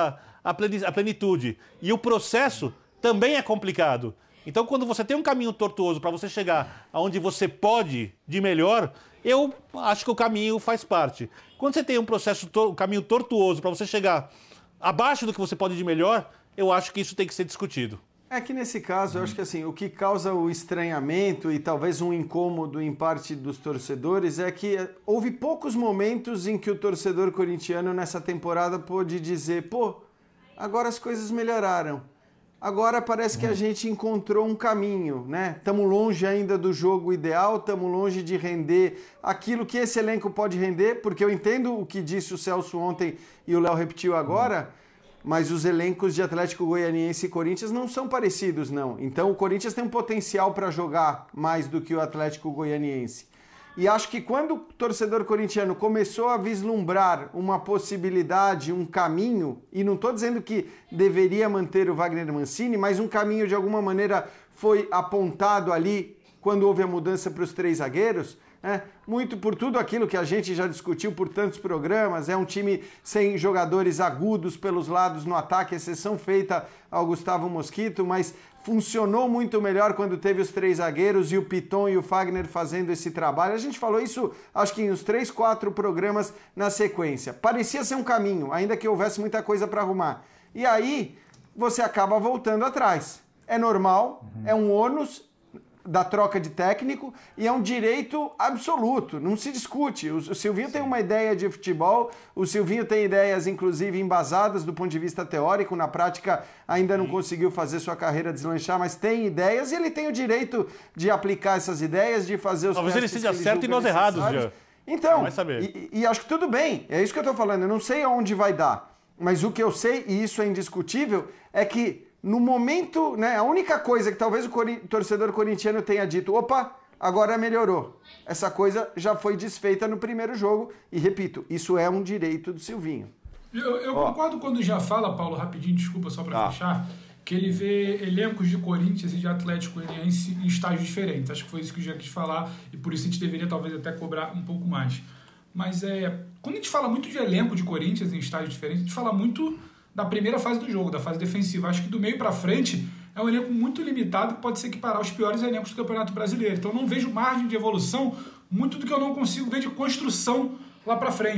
à plenitude. E o processo também é complicado. Então, quando você tem um caminho tortuoso para você chegar aonde você pode de melhor, eu acho que o caminho faz parte. Quando você tem um caminho tortuoso para você chegar abaixo do que você pode de melhor, eu acho que isso tem que ser discutido. É que nesse caso, eu acho que assim, o que causa o estranhamento e talvez um incômodo em parte dos torcedores é que houve poucos momentos em que o torcedor corintiano nessa temporada pôde dizer, pô, agora as coisas melhoraram. Agora parece que a gente encontrou um caminho, né? Estamos longe ainda do jogo ideal, estamos longe de render aquilo que esse elenco pode render, porque eu entendo o que disse o Celso ontem e o Léo repetiu agora, mas os elencos de Atlético Goianiense e Corinthians não são parecidos, não. Então o Corinthians tem um potencial para jogar mais do que o Atlético Goianiense. E acho que quando o torcedor corintiano começou a vislumbrar uma possibilidade, um caminho, e não estou dizendo que deveria manter o Wagner Mancini, mas um caminho de alguma maneira foi apontado ali quando houve a mudança para os 3 zagueiros, muito por tudo aquilo que a gente já discutiu por tantos programas, é um time sem jogadores agudos pelos lados no ataque, exceção feita ao Gustavo Mosquito, mas funcionou muito melhor quando teve os 3 zagueiros e o Piton e o Fagner fazendo esse trabalho. A gente falou isso, acho que em uns 3, 4 programas na sequência. Parecia ser um caminho, ainda que houvesse muita coisa para arrumar. E aí, você acaba voltando atrás. É normal, é um ônus da troca de técnico e é um direito absoluto, não se discute. O Silvinho tem uma ideia de futebol, o Silvinho tem ideias inclusive embasadas do ponto de vista teórico, na prática ainda não conseguiu fazer sua carreira deslanchar, mas tem ideias e ele tem o direito de aplicar essas ideias, de fazer os talvez ele seja certo e nós errados, já. Então, e acho que tudo bem, é isso que eu estou falando, eu não sei aonde vai dar, mas o que eu sei, e isso é indiscutível, é que no momento, né, a única coisa que talvez o torcedor corintiano tenha dito, opa, agora melhorou. Essa coisa já foi desfeita no primeiro jogo e, repito, isso é um direito do Silvinho. Eu concordo quando já fala, Paulo, rapidinho, desculpa só para fechar, que ele vê elencos de Corinthians e de Atlético Goianiense em estágios diferentes. Acho que foi isso que eu já quis falar e por isso a gente deveria talvez até cobrar um pouco mais. Mas quando a gente fala muito de elenco de Corinthians em estágios diferentes, a gente fala muito da primeira fase do jogo, da fase defensiva. Acho que do meio para frente é um elenco muito limitado que pode se equiparar aos piores elencos do Campeonato Brasileiro. Então eu não vejo margem de evolução muito do que eu não consigo ver de construção lá para frente.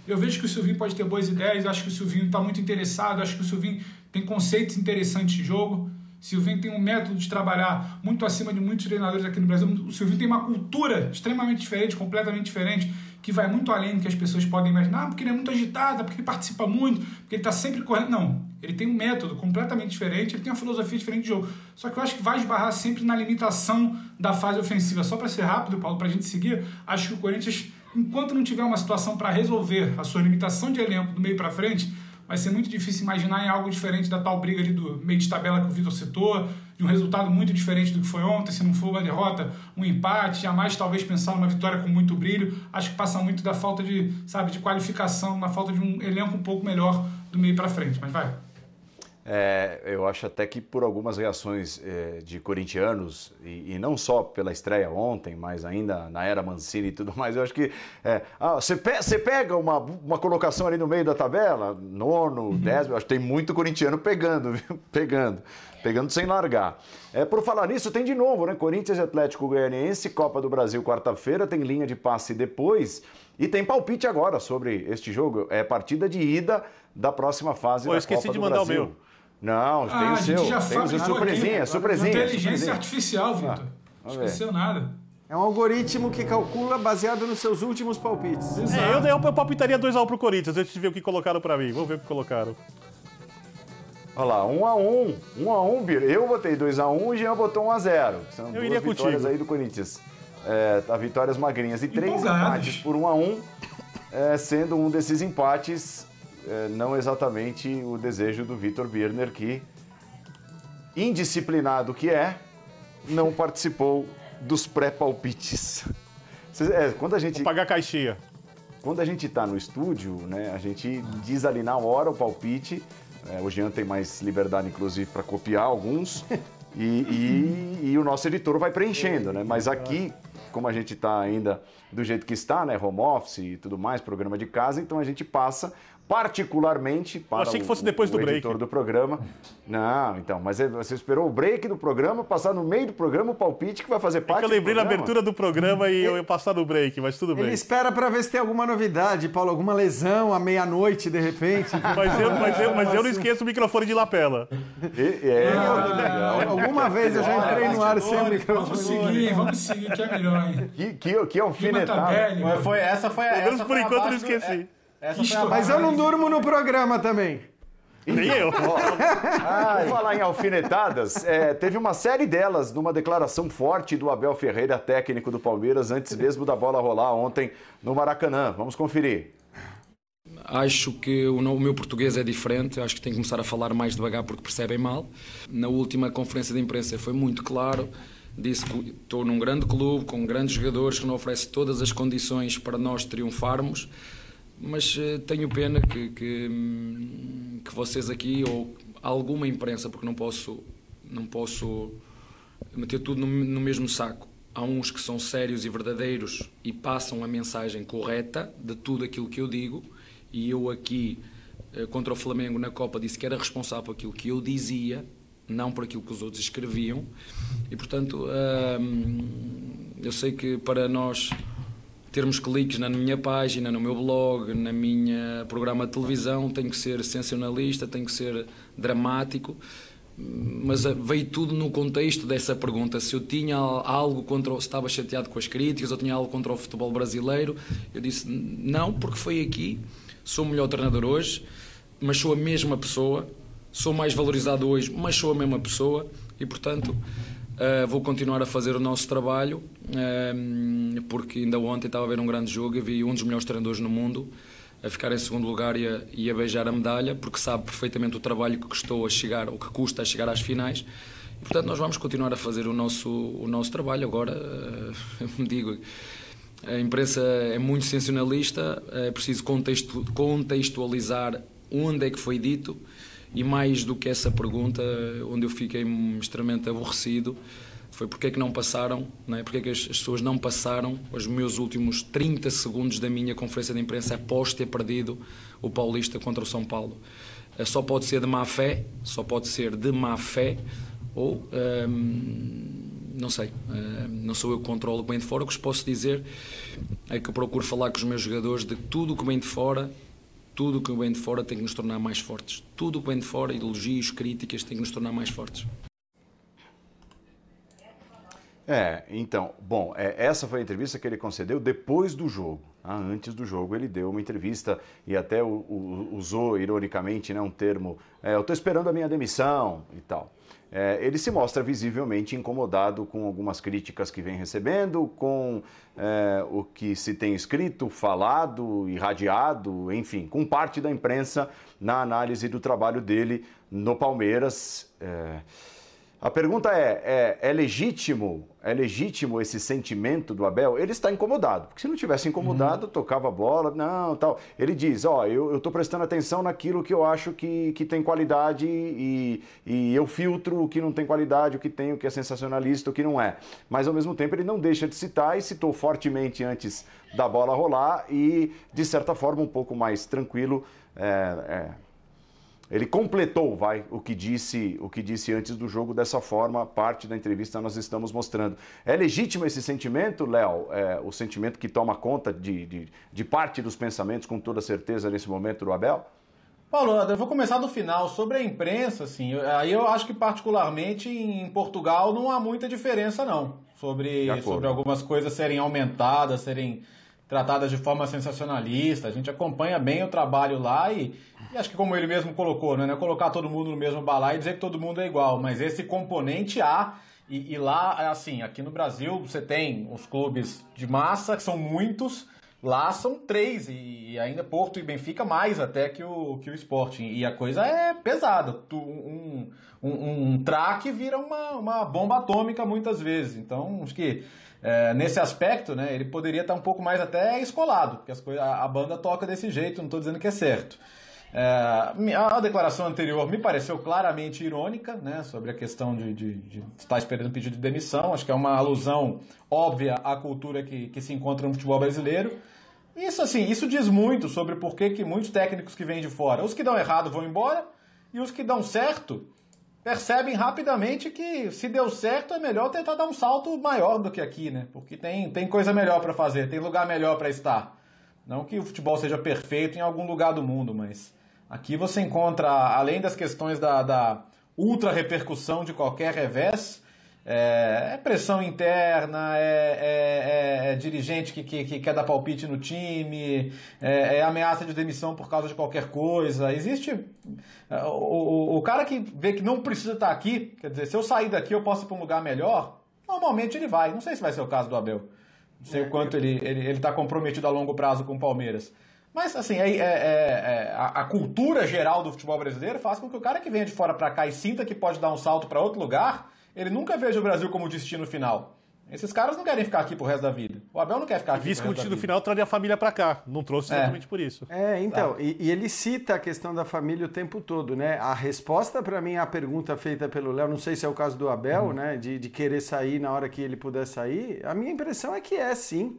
Eu vejo que o Silvinho pode ter boas ideias, acho que o Silvinho está muito interessado, acho que o Silvinho tem conceitos interessantes de jogo. O Silvinho tem um método de trabalhar muito acima de muitos treinadores aqui no Brasil. O Silvinho tem uma cultura extremamente diferente, completamente diferente, que vai muito além do que as pessoas podem imaginar, porque ele é muito agitado, porque ele participa muito, porque ele está sempre correndo. Não, ele tem um método completamente diferente, ele tem uma filosofia diferente de jogo. Só que eu acho que vai esbarrar sempre na limitação da fase ofensiva. Só para ser rápido, Paulo, para a gente seguir, acho que o Corinthians, enquanto não tiver uma situação para resolver a sua limitação de elenco do meio para frente, vai ser muito difícil imaginar em algo diferente da tal briga ali do meio de tabela que o Vitor citou, de um resultado muito diferente do que foi ontem, se não for uma derrota, um empate, jamais talvez pensar numa vitória com muito brilho. Acho que passa muito da falta de qualificação, na falta de um elenco um pouco melhor do meio para frente, mas vai. Eu acho até que por algumas reações de corintianos, e não só pela estreia ontem, mas ainda na era Mancini e tudo mais, eu acho que você pega uma colocação ali no meio da tabela, 9º, 10º, eu acho que tem muito corintiano pegando, viu? Pegando sem largar. Por falar nisso, tem de novo, né? Corinthians e Atlético Goianiense, Copa do Brasil quarta-feira, tem linha de passe depois e tem palpite agora sobre este jogo. É partida de ida da próxima fase da Copa do Brasil. Eu esqueci de mandar o meu. Não, tem o seu. Tem o seu. Surpresinha. Inteligência artificial, Vitor. Não esqueceu nada. É um algoritmo que calcula baseado nos seus últimos palpites. Eu palpitaria 2-1 pro Corinthians, antes de ver o que colocaram pra mim. Vamos ver o que colocaram. Olha lá, 1-1, Bira. Eu botei 2-1 e o Jean botou 1-0. São duas vitórias aí do Corinthians. Vitórias magrinhas e 3 empates por 1-1, sendo um desses empates não exatamente o desejo do Vitor Birner, que, indisciplinado que não participou dos pré-palpites. Quando a gente... Vou pagar caixinha. Quando a gente está no estúdio, né, a gente diz ali na hora o palpite. O Jean tem mais liberdade, inclusive, para copiar alguns. E o nosso editor vai preenchendo, né? Mas aqui, como a gente está ainda do jeito que está, né? Home office e tudo mais, programa de casa, então a gente passa particularmente para achei que fosse depois do break. Editor do programa. Não, então, mas você esperou o break do programa, passar no meio do programa o palpite que vai fazer parte do programa. Eu lembrei na abertura do programa e eu ia passar no break, mas tudo bem. Ele espera para ver se tem alguma novidade, Paulo, alguma lesão à meia-noite, de repente. mas eu não esqueço o microfone de lapela. Alguma vez eu já entrei no ar sem o microfone. Vamos seguir, que é melhor, hein? Que alfinetada. Essa foi a... Pelo menos por enquanto eu não esqueci. Mas eu não durmo no programa também. Nem eu. Por falar em alfinetadas, teve uma série delas numa declaração forte do Abel Ferreira, técnico do Palmeiras, antes mesmo da bola rolar ontem no Maracanã. Vamos conferir. Acho que o meu português é diferente, acho que tenho que começar a falar mais devagar porque percebem mal. Na última conferência de imprensa foi muito claro, disse que estou num grande clube, com grandes jogadores, que não oferece todas as condições para nós triunfarmos, mas tenho pena que vocês aqui, ou alguma imprensa, porque não posso meter tudo no mesmo saco. Há uns que são sérios e verdadeiros e passam a mensagem correta de tudo aquilo que eu digo, e eu aqui, contra o Flamengo na Copa, disse que era responsável por aquilo que eu dizia, não por aquilo que os outros escreviam, e portanto eu sei que para nós termos cliques na minha página, no meu blog, na minha programa de televisão, tem que ser sensacionalista, tem que ser dramático, mas veio tudo no contexto dessa pergunta, se eu tinha algo contra, se estava chateado com as críticas, ou tinha algo contra o futebol brasileiro. Eu disse não, porque foi aqui, sou o melhor treinador hoje, mas sou a mesma pessoa, sou mais valorizado hoje, mas sou a mesma pessoa, e portanto vou continuar a fazer o nosso trabalho, porque ainda ontem estava a ver um grande jogo e vi um dos melhores treinadores no mundo a ficar em segundo lugar e a beijar a medalha, porque sabe perfeitamente o trabalho que custou a chegar, ou que custa a chegar às finais, e portanto nós vamos continuar a fazer o nosso trabalho. Agora, digo, a imprensa é muito sensacionalista, é preciso contextualizar onde é que foi dito, e mais do que essa pergunta, onde eu fiquei extremamente aborrecido, foi porque é que não passaram, não é? Porque é que as pessoas não passaram os meus últimos 30 segundos da minha conferência de imprensa após ter perdido o Paulista contra o São Paulo. Só pode ser de má fé, ou não sei, não sou eu que controlo o que vem de fora. O que vos posso dizer é que eu procuro falar com os meus jogadores de tudo o que vem de fora. Tudo o que vem de fora tem que nos tornar mais fortes. Tudo o que vem de fora, elogios, críticas, tem que nos tornar mais fortes. Então, bom, essa foi a entrevista que ele concedeu depois do jogo. Antes do jogo ele deu uma entrevista e até usou ironicamente, né, um termo, eu estou esperando a minha demissão e tal. Ele se mostra visivelmente incomodado com algumas críticas que vem recebendo, com o que se tem escrito, falado, irradiado, enfim, com parte da imprensa na análise do trabalho dele no Palmeiras. A pergunta é legítimo esse sentimento do Abel? Ele está incomodado, porque se não tivesse incomodado, tocava a bola, não, tal. Ele diz, eu estou prestando atenção naquilo que eu acho que tem qualidade e eu filtro o que não tem qualidade, o que é sensacionalista, o que não é. Mas, ao mesmo tempo, ele não deixa de citar e citou fortemente antes da bola rolar e, de certa forma, um pouco mais tranquilo, ele completou, o que disse antes do jogo, dessa forma, parte da entrevista nós estamos mostrando. É legítimo esse sentimento, Léo? O sentimento que toma conta de parte dos pensamentos, com toda certeza, nesse momento do Abel? Paulo, eu vou começar do final. Sobre a imprensa, assim, aí eu acho que particularmente em Portugal não há muita diferença, não. Sobre algumas coisas serem aumentadas, serem tratadas de forma sensacionalista. A gente acompanha bem o trabalho lá e acho que, como ele mesmo colocou, né, não é colocar todo mundo no mesmo balaio e dizer que todo mundo é igual, mas esse componente há, e lá, assim, aqui no Brasil você tem os clubes de massa, que são muitos, lá são 3, e ainda Porto e Benfica mais até que o Sporting, e a coisa é pesada, um traque vira uma bomba atômica muitas vezes, então acho que nesse aspecto, né, ele poderia estar um pouco mais até escolado, porque a banda toca desse jeito, não estou dizendo que é certo. A declaração anterior me pareceu claramente irônica, né, sobre a questão de estar esperando um pedido de demissão. Acho que é uma alusão óbvia à cultura que se encontra no futebol brasileiro. Isso diz muito sobre por que muitos técnicos que vêm de fora, os que dão errado vão embora, e os que dão certo percebem rapidamente que, se deu certo, é melhor tentar dar um salto maior do que aqui, né? Porque tem coisa melhor para fazer, tem lugar melhor para estar. Não que o futebol seja perfeito em algum lugar do mundo, mas aqui você encontra, além das questões da ultra repercussão de qualquer revés, pressão interna, dirigente que quer dar palpite no time, ameaça de demissão por causa de qualquer coisa. Existe o cara que vê que não precisa estar aqui, quer dizer, se eu sair daqui eu posso ir para um lugar melhor, normalmente ele vai. Não sei se vai ser o caso do Abel. Não sei o quanto ele está comprometido a longo prazo com o Palmeiras. Mas, assim, a cultura geral do futebol brasileiro faz com que o cara que venha de fora para cá e sinta que pode dar um salto para outro lugar, ele nunca veja o Brasil como destino final. Esses caras não querem ficar aqui pro resto da vida. O Abel não quer ficar aqui pro resto da vida. Vice como destino final, traria a família para cá. Não trouxe exatamente por isso. Então, e ele cita a questão da família o tempo todo, né? A resposta para mim à pergunta feita pelo Léo, não sei se é o caso do Abel, né? De querer sair na hora que ele puder sair, a minha impressão é que sim.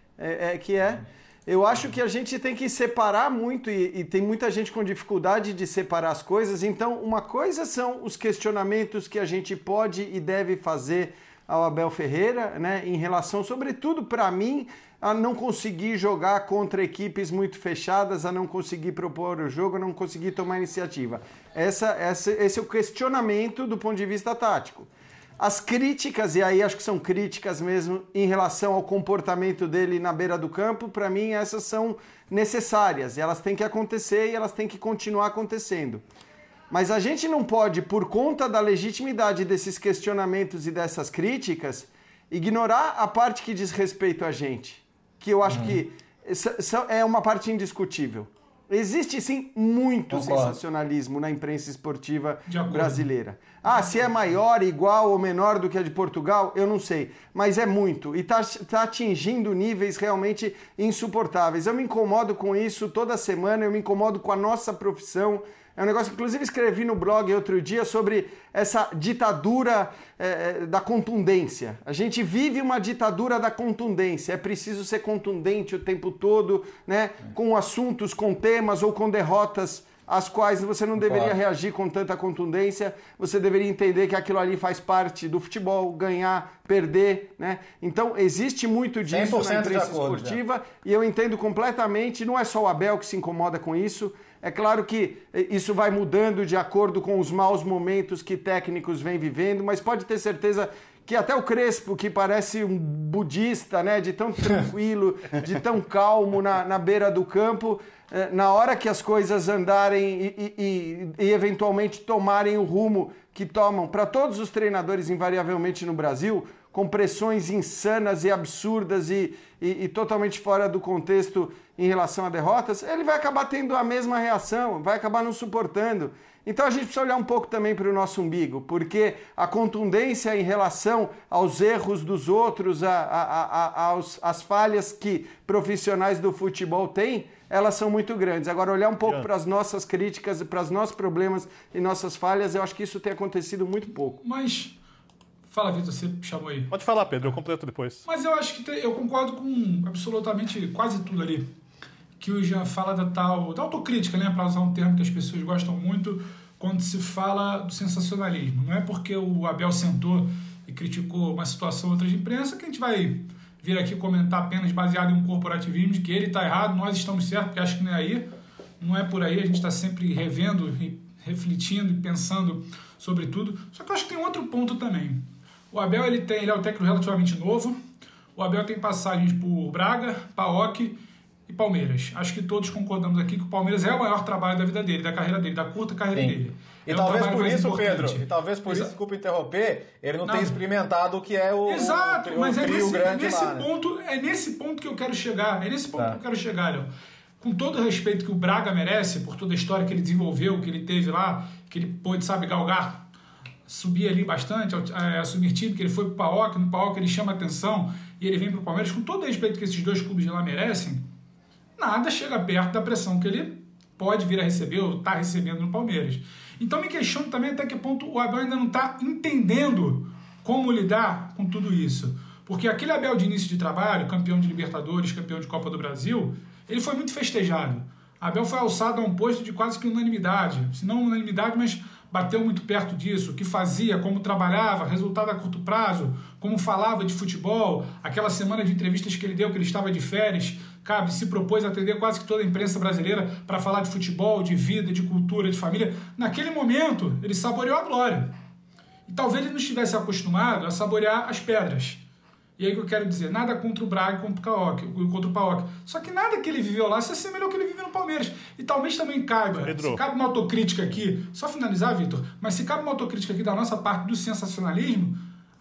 Eu acho que a gente tem que separar muito e tem muita gente com dificuldade de separar as coisas. Então, uma coisa são os questionamentos que a gente pode e deve fazer ao Abel Ferreira, né, em relação, sobretudo para mim, a não conseguir jogar contra equipes muito fechadas, a não conseguir propor o jogo, a não conseguir tomar iniciativa. Esse é o questionamento do ponto de vista tático. As críticas, e aí acho que são críticas mesmo em relação ao comportamento dele na beira do campo, para mim essas são necessárias, e elas têm que acontecer e elas têm que continuar acontecendo. Mas a gente não pode, por conta da legitimidade desses questionamentos e dessas críticas, ignorar a parte que diz respeito a gente, que eu acho que é uma parte indiscutível. Existe, sim, muito sensacionalismo na imprensa esportiva brasileira. Se é maior, igual ou menor do que a de Portugal, eu não sei. Mas é muito. E está atingindo níveis realmente insuportáveis. Eu me incomodo com isso toda semana, eu me incomodo com a nossa profissão. É um negócio que, inclusive, escrevi no blog outro dia sobre essa ditadura da contundência. A gente vive uma ditadura da contundência. É preciso ser contundente o tempo todo, né? Com assuntos, com temas ou com derrotas às quais você não deveria reagir com tanta contundência, você deveria entender que aquilo ali faz parte do futebol, ganhar, perder, né? Então, existe muito disso na imprensa esportiva e eu entendo completamente, não é só o Abel que se incomoda com isso, é claro que isso vai mudando de acordo com os maus momentos que técnicos vêm vivendo, mas pode ter certeza que até o Crespo, que parece um budista, né, de tão tranquilo, de tão calmo na beira do campo, na hora que as coisas andarem e eventualmente tomarem o rumo que tomam para todos os treinadores invariavelmente no Brasil, com pressões insanas e absurdas e totalmente fora do contexto em relação a derrotas, ele vai acabar tendo a mesma reação, vai acabar não suportando. Então a gente precisa olhar um pouco também para o nosso umbigo, porque a contundência em relação aos erros dos outros, às falhas que profissionais do futebol têm, elas são muito grandes. Agora, olhar um pouco para as nossas críticas, para os nossos problemas e nossas falhas, eu acho que isso tem acontecido muito pouco. Mas, fala, Vitor, você chamou aí. Pode falar, Pedro, eu completo depois. Mas eu acho que eu concordo com absolutamente quase tudo ali. Que o Jean fala da autocrítica, né, para usar um termo que as pessoas gostam muito quando se fala do sensacionalismo. Não é porque o Abel sentou e criticou uma situação ou outra de imprensa que a gente vai vir aqui comentar apenas baseado em um corporativismo de que ele está errado, nós estamos certos, porque acho que não é aí, não é por aí, a gente está sempre revendo e refletindo e pensando sobre tudo. Só que eu acho que tem outro ponto também. O Abel ele é um técnico relativamente novo, o Abel tem passagens por Braga, PAOK e Palmeiras. Acho que todos concordamos aqui que o Palmeiras é o maior trabalho da vida dele, da carreira dele, da curta carreira dele. E talvez por isso, Pedro, desculpa interromper, ele não tenha experimentado o que é o Exato, mas é nesse ponto que eu quero chegar. Léo. Com todo o respeito que o Braga merece, por toda a história que ele desenvolveu, que ele teve lá, que ele pôde, galgar, subir ali bastante, assumir time, que ele foi pro PAOK, no PAOK ele chama atenção e ele vem pro Palmeiras, com todo o respeito que esses dois clubes de lá merecem, nada chega perto da pressão que ele pode vir a receber ou está recebendo no Palmeiras. Então me questiono também até que ponto o Abel ainda não está entendendo como lidar com tudo isso. Porque aquele Abel de início de trabalho, campeão de Libertadores, campeão de Copa do Brasil, ele foi muito festejado. Abel foi alçado a um posto de quase que unanimidade. Se não unanimidade, mas bateu muito perto disso. O que fazia, como trabalhava, resultado a curto prazo, como falava de futebol, aquela semana de entrevistas que ele deu, que ele estava de férias, se propôs a atender quase que toda a imprensa brasileira para falar de futebol, de vida, de cultura, de família. Naquele momento, ele saboreou a glória. E talvez ele não estivesse acostumado a saborear as pedras. E aí que eu quero dizer, nada contra o Braga e contra o PAOK. Só que nada que ele viveu lá se assemelhou ao que ele viveu no Palmeiras. E talvez também caiba, Pedro, se cabe uma autocrítica aqui, só finalizar, Vitor, mas se cabe uma autocrítica aqui da nossa parte do sensacionalismo,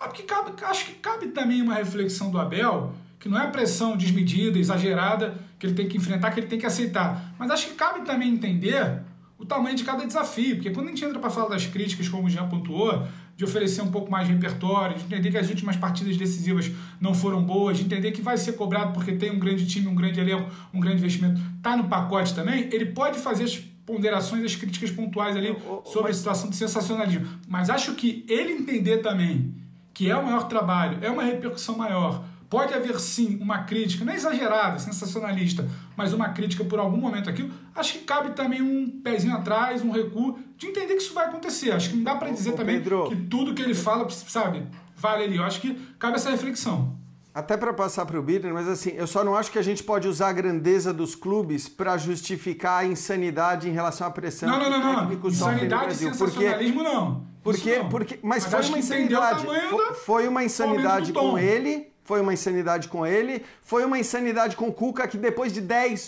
acho que cabe também uma reflexão do Abel, que não é pressão desmedida, exagerada, que ele tem que enfrentar, que ele tem que aceitar. Mas acho que cabe também entender o tamanho de cada desafio, porque quando a gente entra para falar das críticas, como o Jean pontuou, de oferecer um pouco mais de repertório, de entender que as últimas partidas decisivas não foram boas, de entender que vai ser cobrado porque tem um grande time, um grande elenco, um grande investimento, está no pacote também, ele pode fazer as ponderações, as críticas pontuais ali sobre a situação de sensacionalismo. Mas acho que ele entender também que é o maior trabalho, é uma repercussão maior, pode haver sim uma crítica, não é exagerada, sensacionalista, mas uma crítica por algum momento aquilo, acho que cabe também um pezinho atrás, um recuo, de entender que isso vai acontecer. Acho que não dá para dizer também, Pedro, que tudo que ele fala, vale ali. Eu acho que cabe essa reflexão. Até para passar para o Birner, mas assim, eu só não acho que a gente pode usar a grandeza dos clubes para justificar a insanidade em relação à pressão. Não. Insanidade e sensacionalismo não. Mas foi uma insanidade. Foi uma insanidade com ele. Foi uma insanidade com ele, foi uma insanidade com o Cuca, que depois de 10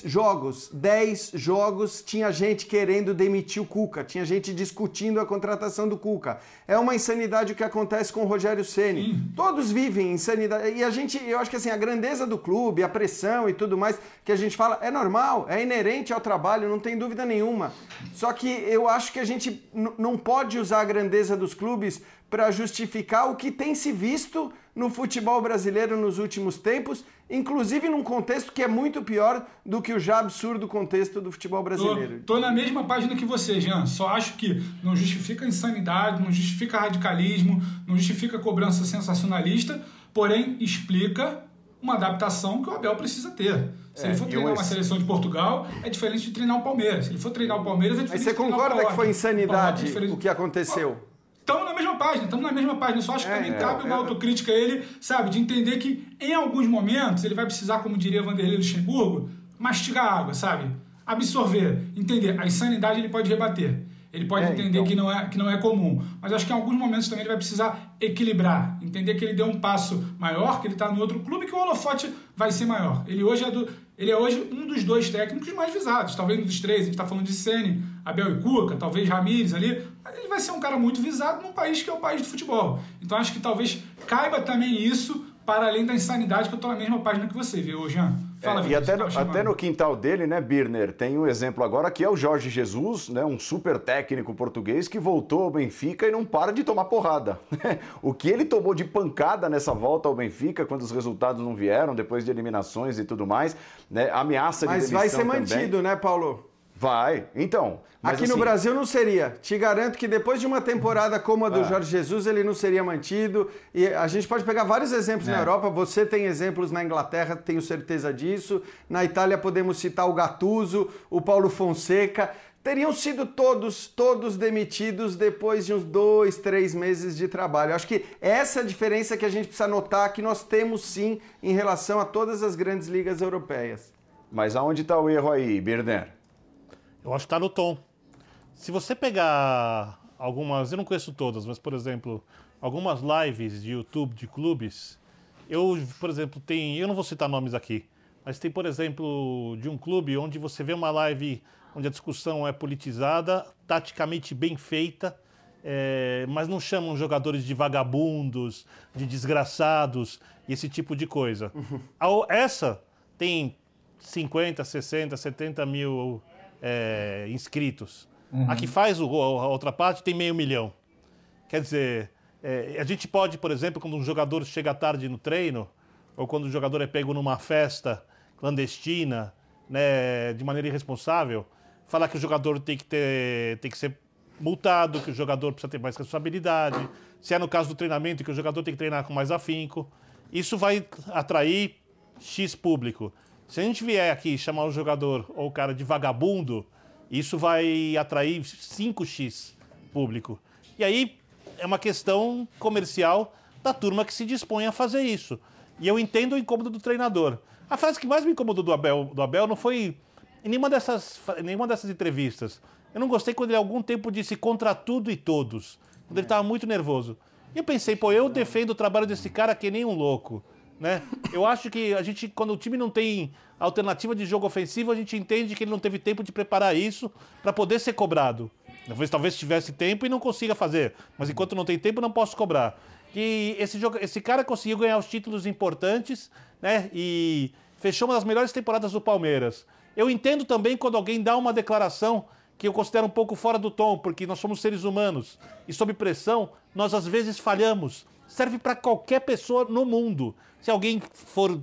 jogos, tinha gente querendo demitir o Cuca, tinha gente discutindo a contratação do Cuca. É uma insanidade o que acontece com o Rogério Ceni. Todos vivem insanidade. E eu acho que assim, a grandeza do clube, a pressão e tudo mais que a gente fala, é normal, é inerente ao trabalho, não tem dúvida nenhuma. Só que eu acho que a gente não pode usar a grandeza dos clubes para justificar o que tem se visto no futebol brasileiro nos últimos tempos, inclusive num contexto que é muito pior do que o já absurdo contexto do futebol brasileiro. Tô na mesma página que você, Jean. Só acho que não justifica insanidade, não justifica radicalismo, não justifica cobrança sensacionalista, porém explica uma adaptação que o Abel precisa ter. Se ele for treinar uma seleção de Portugal, é diferente de treinar o Palmeiras. Se ele for treinar o Palmeiras, é diferente de treinar o Palmeiras. Mas você concorda que foi insanidade o que aconteceu? Estamos na mesma página. Eu só acho que também cabe uma autocrítica a ele, sabe? De entender que, em alguns momentos, ele vai precisar, como diria Vanderlei Luxemburgo, mastigar a água, sabe? Absorver, entender. A insanidade ele pode rebater. Ele pode entender então... que não é comum. Mas acho que em alguns momentos também ele vai precisar equilibrar. Entender que ele deu um passo maior, que ele está no outro clube, que o holofote vai ser maior. Ele é hoje um dos 2 técnicos mais visados. Talvez um dos 3. A gente está falando de Ceni, Abel e Cuca, talvez Ramires ali. Mas ele vai ser um cara muito visado num país que é o país do futebol. Então acho que talvez caiba também isso, para além da insanidade, que eu estou na mesma página que você, viu, Jean? Fala, e até no quintal dele, né, Birner, tem um exemplo agora que é o Jorge Jesus, né, um super técnico português que voltou ao Benfica e não para de tomar porrada. O que ele tomou de pancada nessa volta ao Benfica, quando os resultados não vieram, depois de eliminações e tudo mais, né, ameaça de demissão também. Mas vai ser mantido, também. Né, Paulo? Vai, então. Mas aqui no Brasil não seria. Te garanto que depois de uma temporada como a do Jorge Jesus, ele não seria mantido. E a gente pode pegar vários exemplos na Europa. Você tem exemplos na Inglaterra, tenho certeza disso. Na Itália podemos citar o Gattuso, o Paulo Fonseca. Teriam sido todos demitidos depois de uns 2, 3 meses de trabalho. Eu acho que essa é a diferença que a gente precisa notar, que nós temos sim em relação a todas as grandes ligas europeias. Mas aonde está o erro aí, Birner? Eu acho que está no tom. Se você pegar algumas, eu não conheço todas, mas, por exemplo, algumas lives de YouTube de clubes, por exemplo, eu não vou citar nomes aqui, mas tem, por exemplo, de um clube onde você vê uma live onde a discussão é politizada, taticamente bem feita, mas não chamam jogadores de vagabundos, de desgraçados e esse tipo de coisa. Essa tem 50, 60, 70 mil inscritos. A que faz a outra parte tem 500 mil. Quer dizer, a gente pode, por exemplo, quando um jogador chega tarde no treino, ou quando o jogador é pego numa festa clandestina, né, de maneira irresponsável, falar que o jogador tem que ser multado, que o jogador precisa ter mais responsabilidade, se é no caso do treinamento, que o jogador tem que treinar com mais afinco. Isso vai atrair X público. Se a gente vier aqui chamar o jogador ou o cara de vagabundo, isso vai atrair 5x público. E aí é uma questão comercial da turma que se dispõe a fazer isso. E eu entendo o incômodo do treinador. A frase que mais me incomodou do Abel não foi em nenhuma dessas entrevistas. Eu não gostei quando ele há algum tempo disse contra tudo e todos. Quando ele estava muito nervoso. E eu pensei, eu defendo o trabalho desse cara que nem um louco. Né? Eu acho que quando o time não tem alternativa de jogo ofensivo, a gente entende que ele não teve tempo de preparar isso para poder ser cobrado. Talvez tivesse tempo e não consiga fazer, mas enquanto não tem tempo, não posso cobrar. E esse cara conseguiu ganhar os títulos importantes, né? E fechou uma das melhores temporadas do Palmeiras. Eu entendo também quando alguém dá uma declaração que eu considero um pouco fora do tom, porque nós somos seres humanos e sob pressão nós às vezes falhamos. Serve para qualquer pessoa no mundo. Se alguém for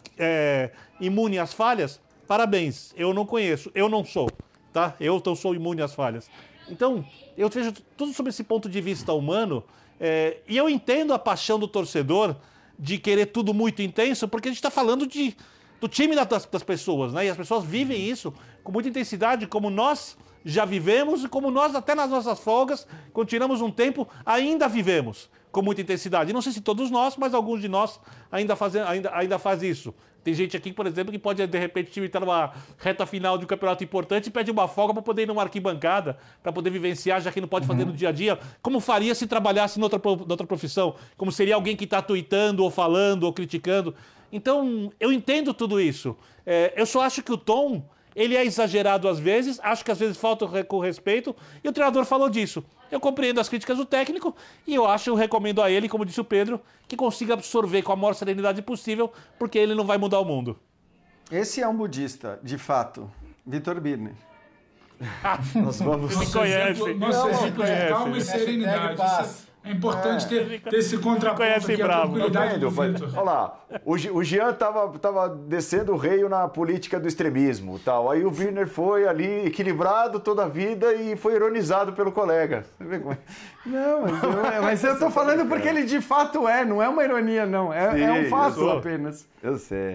imune às falhas, parabéns. Eu não conheço, eu não sou, tá? Eu sou imune às falhas. Então, eu vejo tudo sob esse ponto de vista humano e eu entendo a paixão do torcedor de querer tudo muito intenso, porque a gente está falando do time das pessoas, né? E as pessoas vivem isso com muita intensidade, como nós já vivemos e como nós, até nas nossas folgas, quando tiramos um tempo, ainda vivemos com muita intensidade. Não sei se todos nós, mas alguns de nós ainda faz isso. Tem gente aqui, por exemplo, que pode, de repente, o time estar numa reta final de um campeonato importante e pede uma folga para poder ir numa arquibancada, para poder vivenciar, já que não pode fazer no dia a dia. Como faria se trabalhasse em outra profissão? Como seria alguém que está tuitando, ou falando, ou criticando? Então, eu entendo tudo isso. Eu só acho que o tom, ele é exagerado às vezes, acho que às vezes falta com respeito, e o treinador falou disso. Eu compreendo as críticas do técnico e eu recomendo a ele, como disse o Pedro, que consiga absorver com a maior serenidade possível, porque ele não vai mudar o mundo. Esse é um budista, de fato. Vitor Birner. Nós vamos... Nosso exemplo é calma e serenidade. É importante ter esse contraponto aqui, a tranquilidade do Vitor. Olha lá, o Jean tava descendo o reio na política do extremismo e tal. Aí o Birner foi ali equilibrado toda a vida e foi ironizado pelo colega. Você vê como é? Não, mas eu tô falando porque ele de fato não é uma ironia, não. É um fato apenas. Eu sei.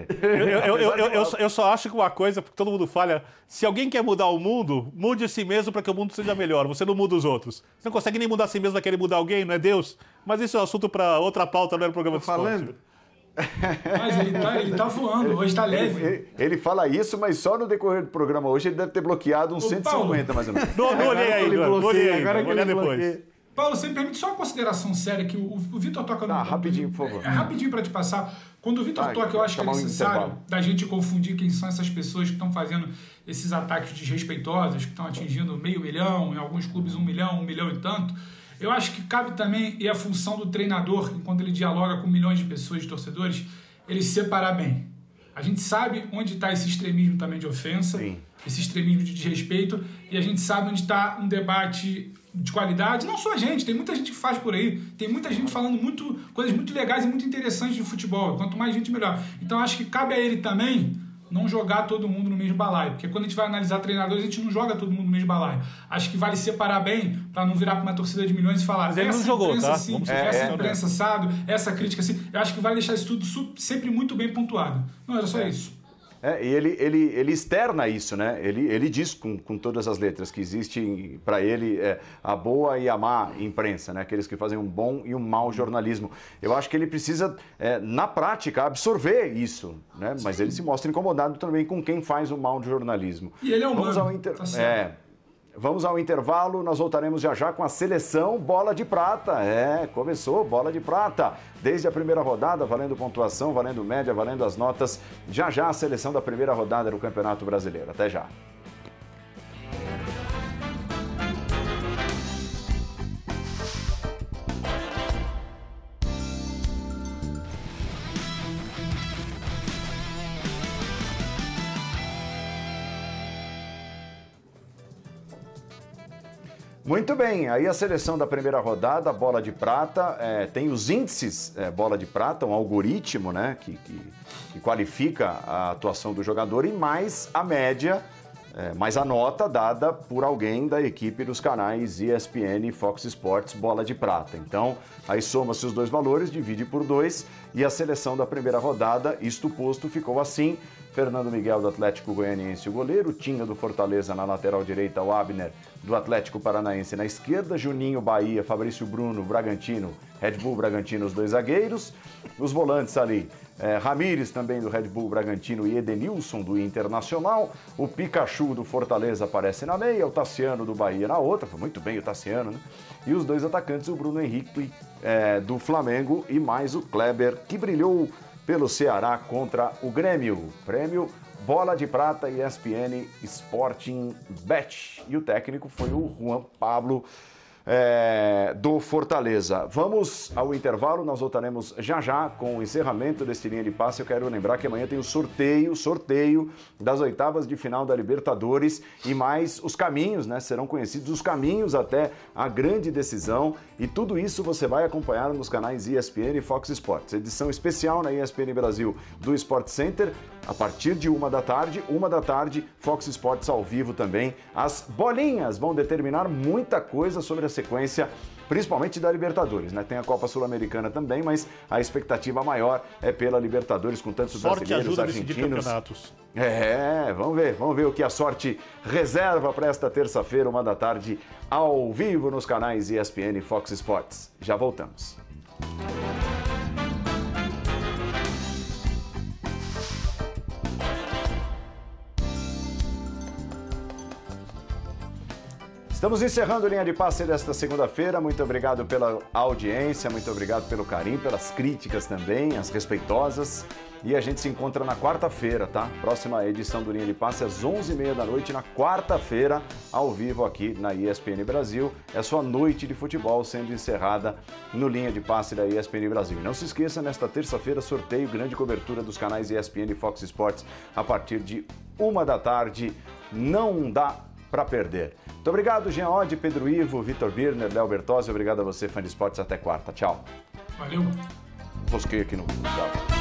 Eu só acho que uma coisa, porque todo mundo fala, se alguém quer mudar o mundo, mude a si mesmo para que o mundo seja melhor. Você não muda os outros. Você não consegue nem mudar a si mesmo, vai querer mudar alguém, não é Deus? Mas isso é um assunto para outra pauta, não é no programa de esporte. Mas ele tá voando, hoje tá leve. Ele fala isso, mas só no decorrer do programa hoje ele deve ter bloqueado uns 150 mais ou menos. Não olhei ainda, não olhei ainda, vou olhar depois. Paulo, você me permite só uma consideração séria que o Vitor toca no... rapidinho, por favor. Rapidinho para te passar. Quando o Vitor toca, eu acho que é necessário da gente confundir quem são essas pessoas que estão fazendo esses ataques desrespeitosos, que estão atingindo 500 mil, em alguns clubes 1 milhão, 1 milhão e tanto. Eu acho que cabe também, e a função do treinador, enquanto ele dialoga com milhões de pessoas, de torcedores, ele separar bem. A gente sabe onde está esse extremismo também de ofensa, sim, esse extremismo de desrespeito, e a gente sabe onde está um debate de qualidade. Não só a gente, tem muita gente que faz por aí, tem muita gente falando coisas muito legais e muito interessantes de futebol. Quanto mais gente, melhor. Então acho que cabe a ele também não jogar todo mundo no mesmo balaio, porque quando a gente vai analisar treinadores, a gente não joga todo mundo no mesmo balaio. Acho que vale separar bem, para não virar para uma torcida de milhões e falar, mas ele não jogou, tá? Assim, essa imprensa assado, essa crítica assim. Eu acho que vale deixar isso tudo sempre muito bem pontuado. Não, era só isso. E ele externa isso, né? Ele diz com todas as letras que existe para ele a boa e a má imprensa, né? Aqueles que fazem um bom e um mau jornalismo. Eu acho que ele precisa, na prática, absorver isso, né? Mas ele se mostra incomodado também com quem faz o mau jornalismo. E ele é humano. Vamos ao intervalo, nós voltaremos já com a seleção Bola de Prata. Começou Bola de Prata. Desde a primeira rodada, valendo pontuação, valendo média, valendo as notas. Já a seleção da primeira rodada do Campeonato Brasileiro. Até já. Muito bem, aí a seleção da primeira rodada, Bola de Prata, tem os índices Bola de Prata, um algoritmo, né, que qualifica a atuação do jogador e mais a média, mais a nota dada por alguém da equipe dos canais ESPN e Fox Sports Bola de Prata. Então, aí soma-se os dois valores, divide por 2 e a seleção da primeira rodada, isto posto, ficou assim. Fernando Miguel do Atlético Goianiense, o goleiro, Tinga do Fortaleza na lateral direita, o Abner do Atlético Paranaense na esquerda, Juninho Bahia, Fabrício Bruno, Bragantino, Red Bull Bragantino, os dois zagueiros, os volantes ali, Ramires também do Red Bull Bragantino e Edenilson do Internacional, o Pikachu do Fortaleza aparece na meia, o Tassiano do Bahia na outra, foi muito bem o Tassiano, né? E os dois atacantes, o Bruno Henrique do Flamengo e mais o Kleber, que brilhou pelo Ceará contra o Grêmio. Prêmio Bola de Prata ESPN Sporting Bet. E o técnico foi o Juan Pablo do Fortaleza. Vamos ao intervalo, nós voltaremos já com o encerramento deste Linha de Passe. Eu quero lembrar que amanhã tem o sorteio das oitavas de final da Libertadores e mais os caminhos, né? Serão conhecidos os caminhos até a grande decisão e tudo isso você vai acompanhar nos canais ESPN e Fox Sports. Edição especial na ESPN Brasil do Sport Center a partir de 1 da tarde, Fox Sports ao vivo também. As bolinhas vão determinar muita coisa sobre a sequência, principalmente da Libertadores, né? Tem a Copa Sul-Americana também, mas a expectativa maior é pela Libertadores, com tantos brasileiros, argentinos. Vamos ver o que a sorte reserva para esta terça-feira, 1 da tarde, ao vivo nos canais ESPN e Fox Sports. Já voltamos. Estamos encerrando Linha de Passe desta segunda-feira. Muito obrigado pela audiência, muito obrigado pelo carinho, pelas críticas também, as respeitosas. E a gente se encontra na quarta-feira, tá? Próxima edição do Linha de Passe às 11h30 da noite, na quarta-feira, ao vivo aqui na ESPN Brasil. É sua noite de futebol sendo encerrada no Linha de Passe da ESPN Brasil. E não se esqueça, nesta terça-feira, sorteio, grande cobertura dos canais ESPN e Fox Sports a partir de 1 da tarde. Não dá para perder. Muito obrigado, Jean Oddi, Pedro Ivo, Vitor Birner, Léo Bertozzi. Obrigado a você, fã de esportes. Até quarta. Tchau. Valeu. Rosquei aqui no... Tchau.